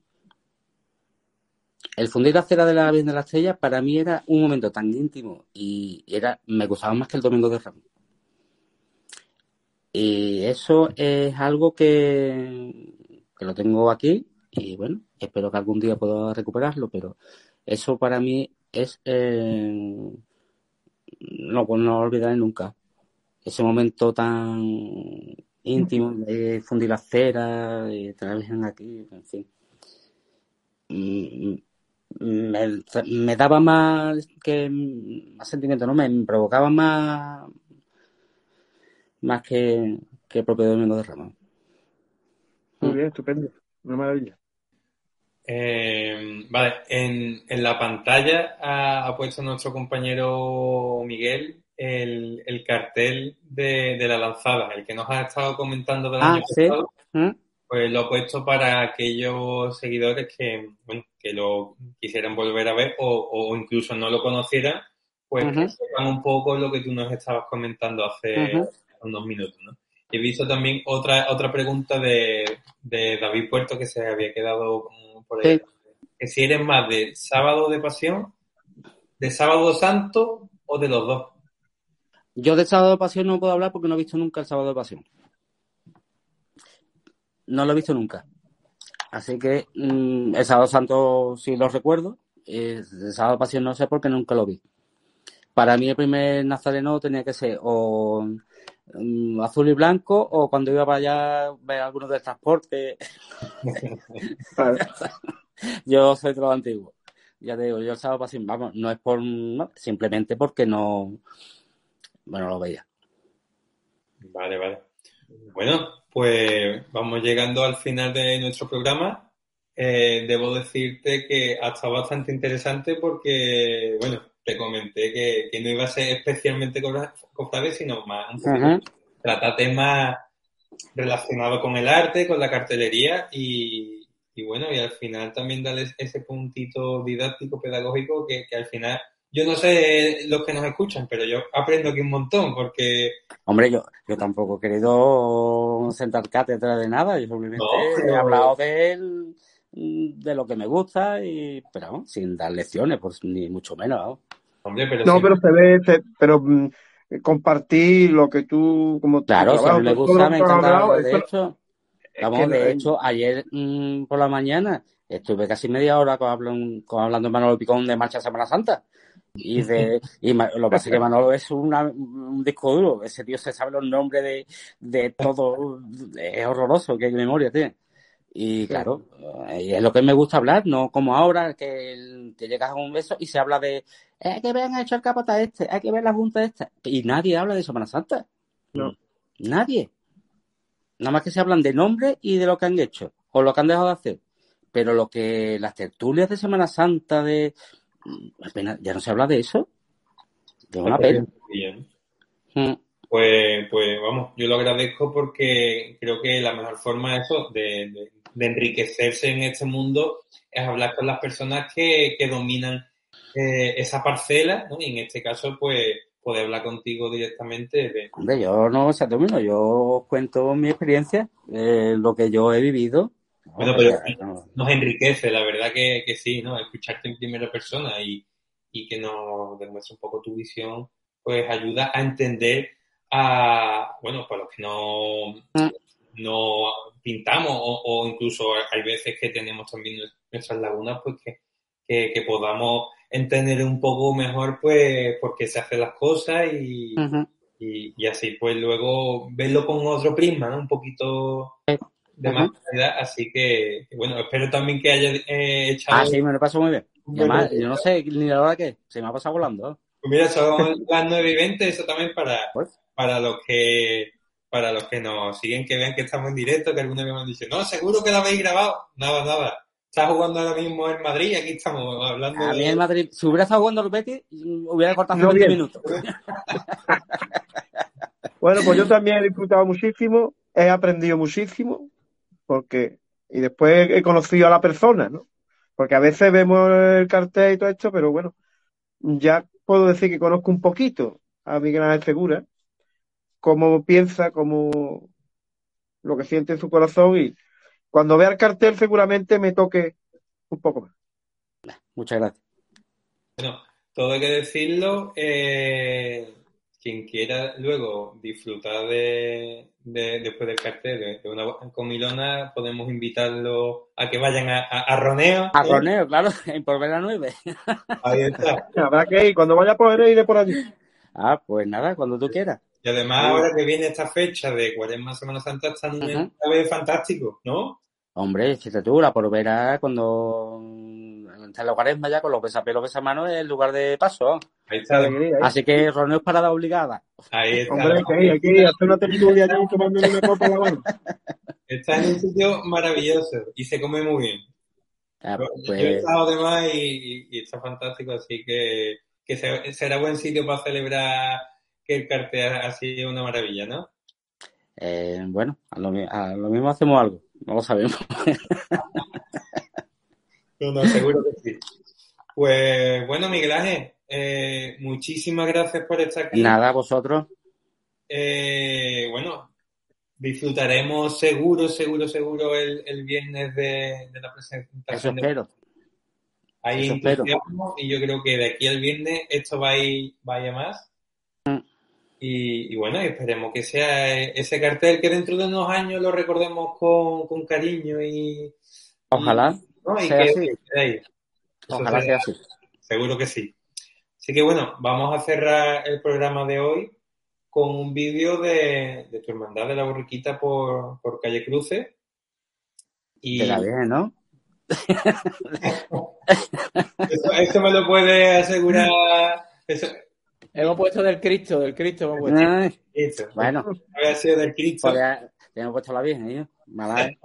S5: El fundir la cera de la Virgen de la Estrella para mí era un momento tan íntimo y era me gustaba más que el Domingo de Ramos. Y eso es algo que, que lo tengo aquí y bueno, espero que algún día pueda recuperarlo, pero eso para mí es eh, no, pues no lo olvidaré nunca. Ese momento tan íntimo de fundir la cera, de tener a la Virgen aquí, en fin. Me, me daba más que más sentimiento, ¿no? Me provocaba más más que, que el propio Domingo de Ramos.
S4: Muy bien, estupendo. Una maravilla.
S3: Eh, vale, en, en la pantalla ha, ha puesto nuestro compañero Miguel el, el cartel de, de la lanzada, el que nos ha estado comentando del
S5: Ah,
S3: año
S5: ¿sí?
S3: pasado.
S5: ¿Mm?
S3: Pues lo he puesto para aquellos seguidores que, bueno, que lo quisieran volver a ver o, o incluso no lo conocieran, pues
S5: Uh-huh.
S3: que sepan un poco lo que tú nos estabas comentando hace
S5: Uh-huh.
S3: unos minutos, ¿no? He visto también otra otra pregunta de, de David Puerto que se había quedado por ahí.
S5: Sí.
S3: Que si eres más de Sábado de Pasión, de Sábado Santo o de los dos.
S5: Yo de Sábado de Pasión no puedo hablar porque no he visto nunca el Sábado de Pasión. No lo he visto nunca. Así que mmm, el Sábado Santo sí lo recuerdo. El Sábado de Pasión no sé porque nunca lo vi. Para mí el primer nazareno tenía que ser o um, azul y blanco o cuando iba para allá ver algunos del transporte.
S4: Vale.
S5: Yo soy de los antiguos. Ya te digo, yo el Sábado de Pasión, vamos, no es por... No, simplemente porque no... Bueno, lo veía.
S3: Vale, vale. Bueno, pues vamos llegando al final de nuestro programa. Eh, debo decirte que ha estado bastante interesante porque, bueno, te comenté que, que no iba a ser especialmente cofrade, sino más un poquito
S5: Uh-huh.
S3: tratar temas relacionados con el arte, con la cartelería y, y bueno, y al final también darles ese puntito didáctico, pedagógico que, que al final, yo no sé los que nos escuchan, pero yo aprendo aquí un montón porque...
S5: Hombre, yo, yo tampoco he querido sentar cátedra de nada, yo simplemente
S3: No, pero-
S5: he hablado de él, de lo que me gusta, y pero ¿no? Sin dar lecciones, pues ni mucho menos. ¿no?
S3: Hombre, pero
S4: No,
S3: sí.
S4: pero se ve, se- pero mm, compartir lo que tú, como tu
S5: Claro, si a
S4: trabajo,
S5: mí me
S4: todo
S5: gusta,
S4: lo
S5: me
S4: que has
S5: encanta.
S4: hablado,
S5: De
S4: eso
S5: hecho,
S4: es
S5: vamos,
S4: que,
S5: de
S4: eh,
S5: hecho, ayer mmm, por la mañana estuve casi media hora con, hablan- con hablando de Manolo Picón de Marcha Semana Santa. Y de y Ma- lo que pasa es que Manolo es una, un disco duro. Ese tío se sabe los nombres de, de todo. Es horroroso, qué memoria tiene. Y claro, eh, y es lo que me gusta hablar, no como ahora, que, el- que llegas a un beso y se habla de "Eh, hay que ver, han hecho el capota este, hay que ver la junta esta. Y nadie habla de Semana Santa.
S4: no.
S5: Nadie. Nada más que se hablan de nombres y de lo que han hecho o lo que han dejado de hacer. Pero lo que las tertulias de Semana Santa, de apenas, ya no se habla de eso. De una pena.
S3: Bien.
S5: Mm.
S3: Pues, pues vamos, yo lo agradezco porque creo que la mejor forma de eso, de, de, de enriquecerse en este mundo, es hablar con las personas que, que dominan eh, esa parcela, ¿no? Y en este caso, pues, poder hablar contigo directamente de,
S5: Hombre, yo no se termino, yo os cuento mi experiencia, eh, lo que yo he vivido.
S3: Bueno,
S5: No,
S3: pero
S5: ya, no.
S3: nos enriquece, la verdad que, que sí, ¿no? Escucharte en primera persona y, y que nos demuestre un poco tu visión, pues ayuda a entender a, bueno, para los que no, no pintamos o, o incluso hay veces que tenemos también nuestras lagunas, pues que, que, que podamos entender un poco mejor, pues, por qué se hacen las cosas y,
S5: Uh-huh.
S3: y, y así, pues luego verlo con otro prisma, ¿no? Un poquito de más
S5: Uh-huh.
S3: calidad, así que, bueno, espero también que haya eh, echado
S5: Ah, sí, me lo paso muy bien.
S3: un
S5: Y
S3: buen
S5: además,
S3: rato.
S5: yo no sé ni la hora que es, se me ha pasado volando.
S3: Pues mira, son las nueve y veinte, eso también para,
S5: Pues,
S3: para los que para los que nos siguen, que vean que estamos en directo, que alguna vez me han dicho, no, seguro que lo habéis grabado. Nada, nada. Está jugando ahora mismo en Madrid y aquí estamos hablando
S5: a mí
S3: de...
S5: en Madrid, si hubiera estado jugando el Betis, hubiera cortado hace
S4: No
S5: veinte
S4: bien.
S5: minutos.
S4: Bueno, pues yo también he disfrutado muchísimo, he aprendido muchísimo, porque Y después he conocido a la persona, ¿no? Porque a veces vemos el cartel y todo esto, pero bueno, ya puedo decir que conozco un poquito a Miguel Ángel Segura, cómo piensa, cómo lo que siente en su corazón, y cuando vea el cartel seguramente me toque un poco más.
S5: Muchas gracias.
S3: Bueno, todo hay que decirlo. Eh, quien quiera luego disfrutar de, de- después del cartel de, de una comilona, podemos invitarlo a que vayan a, a, a Roneo.
S5: A
S3: ¿eh?
S5: Roneo, claro, en por ver la nueve.
S3: Ahí está.
S4: Habrá que ir, cuando vaya por ahí, iré por allí.
S5: Ah, pues nada, cuando tú quieras.
S3: Y además,
S5: Sí.
S3: ahora que viene esta fecha de Cuaresma, Semana Santa, está en un
S5: Ujú.
S3: enclave fantástico, ¿no?
S5: Hombre, fíjate tú, la Porvera, cuando está en la Cuaresma ya con los besapiés, los besamanos, es el lugar de paso.
S3: Ahí está.
S4: Alegría, ¿eh?
S5: Así que Roneo es parada obligada.
S3: Ahí está.
S4: Hombre, hay que ir, hay que ir, hacer una tertulia allí tomándole una copa a la mano.
S3: Está en un sitio maravilloso y se come muy bien.
S5: Ah,
S3: Yo he
S5: pues
S3: estado además y, y- y está fantástico, así que, que se- será buen sitio para celebrar que el cartel ha sido una maravilla, ¿no?
S5: eh, bueno, a lo, mi- a lo mismo hacemos algo, no lo sabemos.
S3: No, no, seguro que sí. Pues bueno, Miguel Ángel, eh, muchísimas gracias por estar aquí.
S5: Nada, vosotros.
S3: Eh, bueno, disfrutaremos seguro, seguro, seguro el, el viernes de, de la
S5: Eso
S3: presentación. de-
S5: espero.
S3: Hay
S5: eso espero.
S3: entusiasmo y yo creo que de aquí al viernes esto va a ir, va a ir a más. Y, y bueno, esperemos que sea eh, ese cartel que dentro de unos años lo recordemos con, con cariño y,
S5: Ojalá
S3: y, ¿no? y
S5: sea
S3: que
S5: así.
S3: que quede ahí. Eso
S5: Ojalá
S3: será-
S5: sea así.
S3: seguro que sí. Así que bueno, vamos a cerrar el programa de hoy con un vídeo de, de tu hermandad de la borriquita por, por calle Cruces. Y
S5: Queda bien, ¿no?
S3: eso, eso me lo puede asegurar. Eso,
S6: Hemos puesto del Cristo, del Cristo hemos puesto.
S5: Ay,
S3: eso.
S5: bueno,
S3: Había sido del Cristo.
S5: podría, tenemos puesto la Virgen, ¿eh? Mala, ¿eh?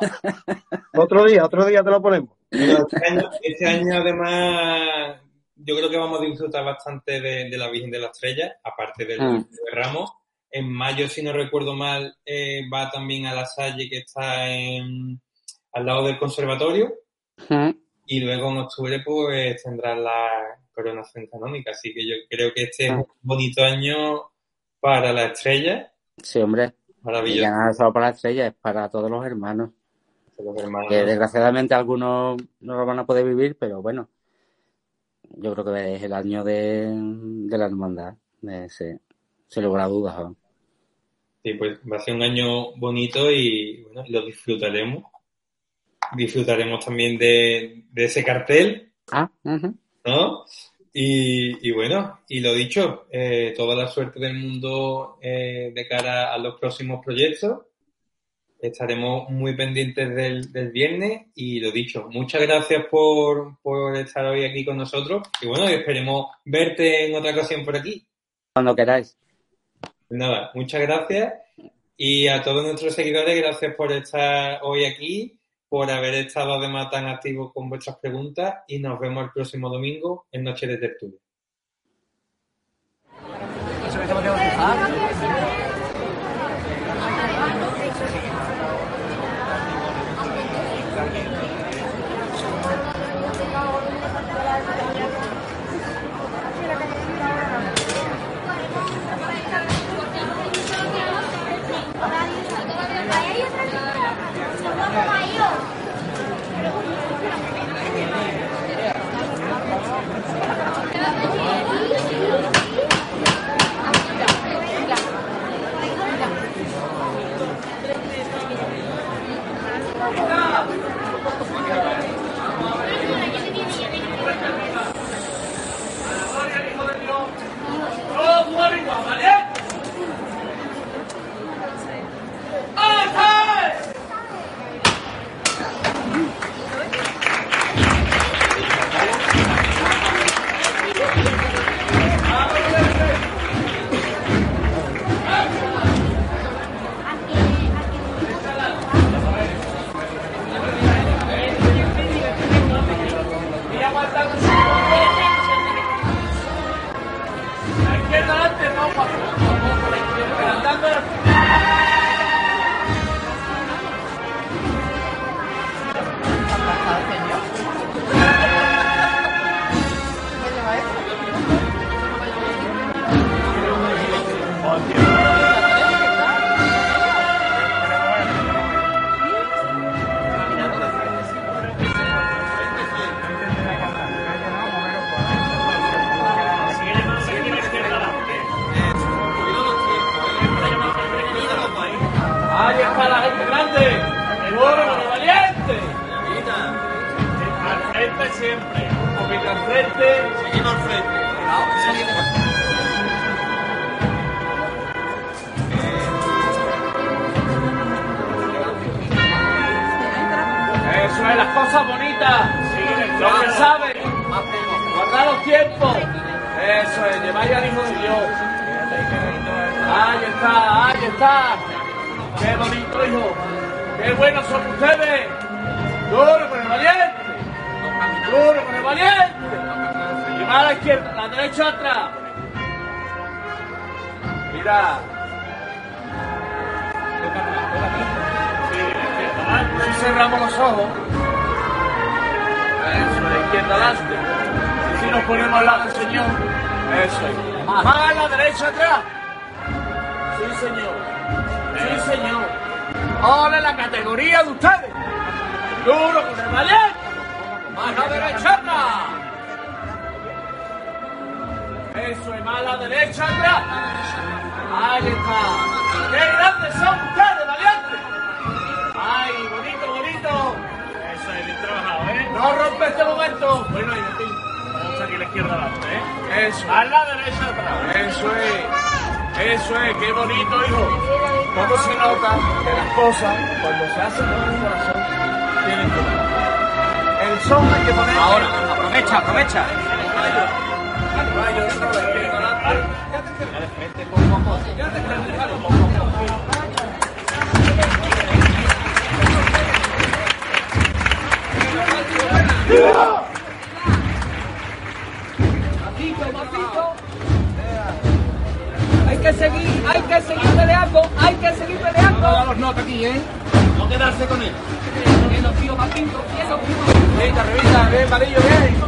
S4: Otro día, otro día te lo ponemos.
S3: Bueno, este año, este año, además, yo creo que vamos a disfrutar bastante de, de la Virgen de la Estrella, aparte del
S5: Mm.
S3: de Ramos. En mayo, si no recuerdo mal, eh, va también a la Salle, que está en, al lado del conservatorio.
S5: Mm.
S3: Y luego en octubre, pues, tendrá la coronación canónica. Así que yo creo que este es
S5: Ah.
S3: un bonito año para la Estrella.
S5: Sí, hombre. Y
S3: Maravilloso.
S5: ya no es solo para la estrella, es para todos los hermanos.
S3: Los hermanos.
S5: Que desgraciadamente algunos no lo van a poder vivir, pero bueno, yo creo que es el año de, de la hermandad. De ese, sin lugar a dudas. ¿no?
S3: Sí, pues va a ser un año bonito y bueno, lo disfrutaremos. Disfrutaremos también de, de ese cartel,
S5: Ah, ujú.
S3: ¿no? Y, y bueno, y lo dicho, eh, toda la suerte del mundo eh, de cara a los próximos proyectos. Estaremos muy pendientes del, del viernes y lo dicho, muchas gracias por, por estar hoy aquí con nosotros y bueno, esperemos verte en otra ocasión por aquí.
S5: Cuando queráis.
S3: Nada, muchas gracias y a todos nuestros seguidores, gracias por estar hoy aquí, por haber estado además tan activos con vuestras preguntas y nos vemos el próximo domingo en Noche de Tertulia.
S7: Ahí hay otra. ¡Qué grande! ¡Seguro con el valiente! Al frente siempre. Un poquito al frente. Seguimos al frente. Eso es, las cosas bonitas. Lo que saben. Guardar los tiempos. Eso es, lleváis al Hijo de Dios. Ahí está, ahí está. Qué bonito, hijo. Qué buenos son ustedes. Duro con el valiente. Duro con el valiente. Y va a la izquierda, la derecha atrás. Mira. Si cerramos los ojos. Eso, la izquierda adelante. Y si nos ponemos al lado del Señor. Eso es. Más a la derecha atrás. Sí, señor. Sí, señor. Ahora la categoría de ustedes. Duro con el valiente. Más a la derecha atrás. Eso es, más a la derecha atrás. Ahí está. ¡Qué grandes son ustedes, valientes! ¡Ay, bonito, bonito! Eso es, bien trabajado, ¿eh? No rompe este momento. Bueno, y Martín, vamos aquí a la izquierda adelante, ¿eh? Eso. A la derecha atrás. Eso es. Eso es, qué bonito, hijo. ¿Cómo se nota que las cosas, cuando se hacen con el corazón, tienen que ver? El son hay que poner... Ahora, aprovecha, aprovecha.
S8: Matito, Matito. Hay que seguir, hay que seguir peleando, hay que seguir peleando.
S7: No damos nota aquí, ¿eh? No quedarse con él.
S8: Bien, los tíos, Matito, bien, los tíos.
S7: Revisa, revisa, bien, Marillo, bien.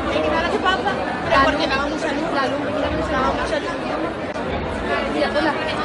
S9: Porque daba mucha luz, la luz, daba mucha luz. Mira, toda la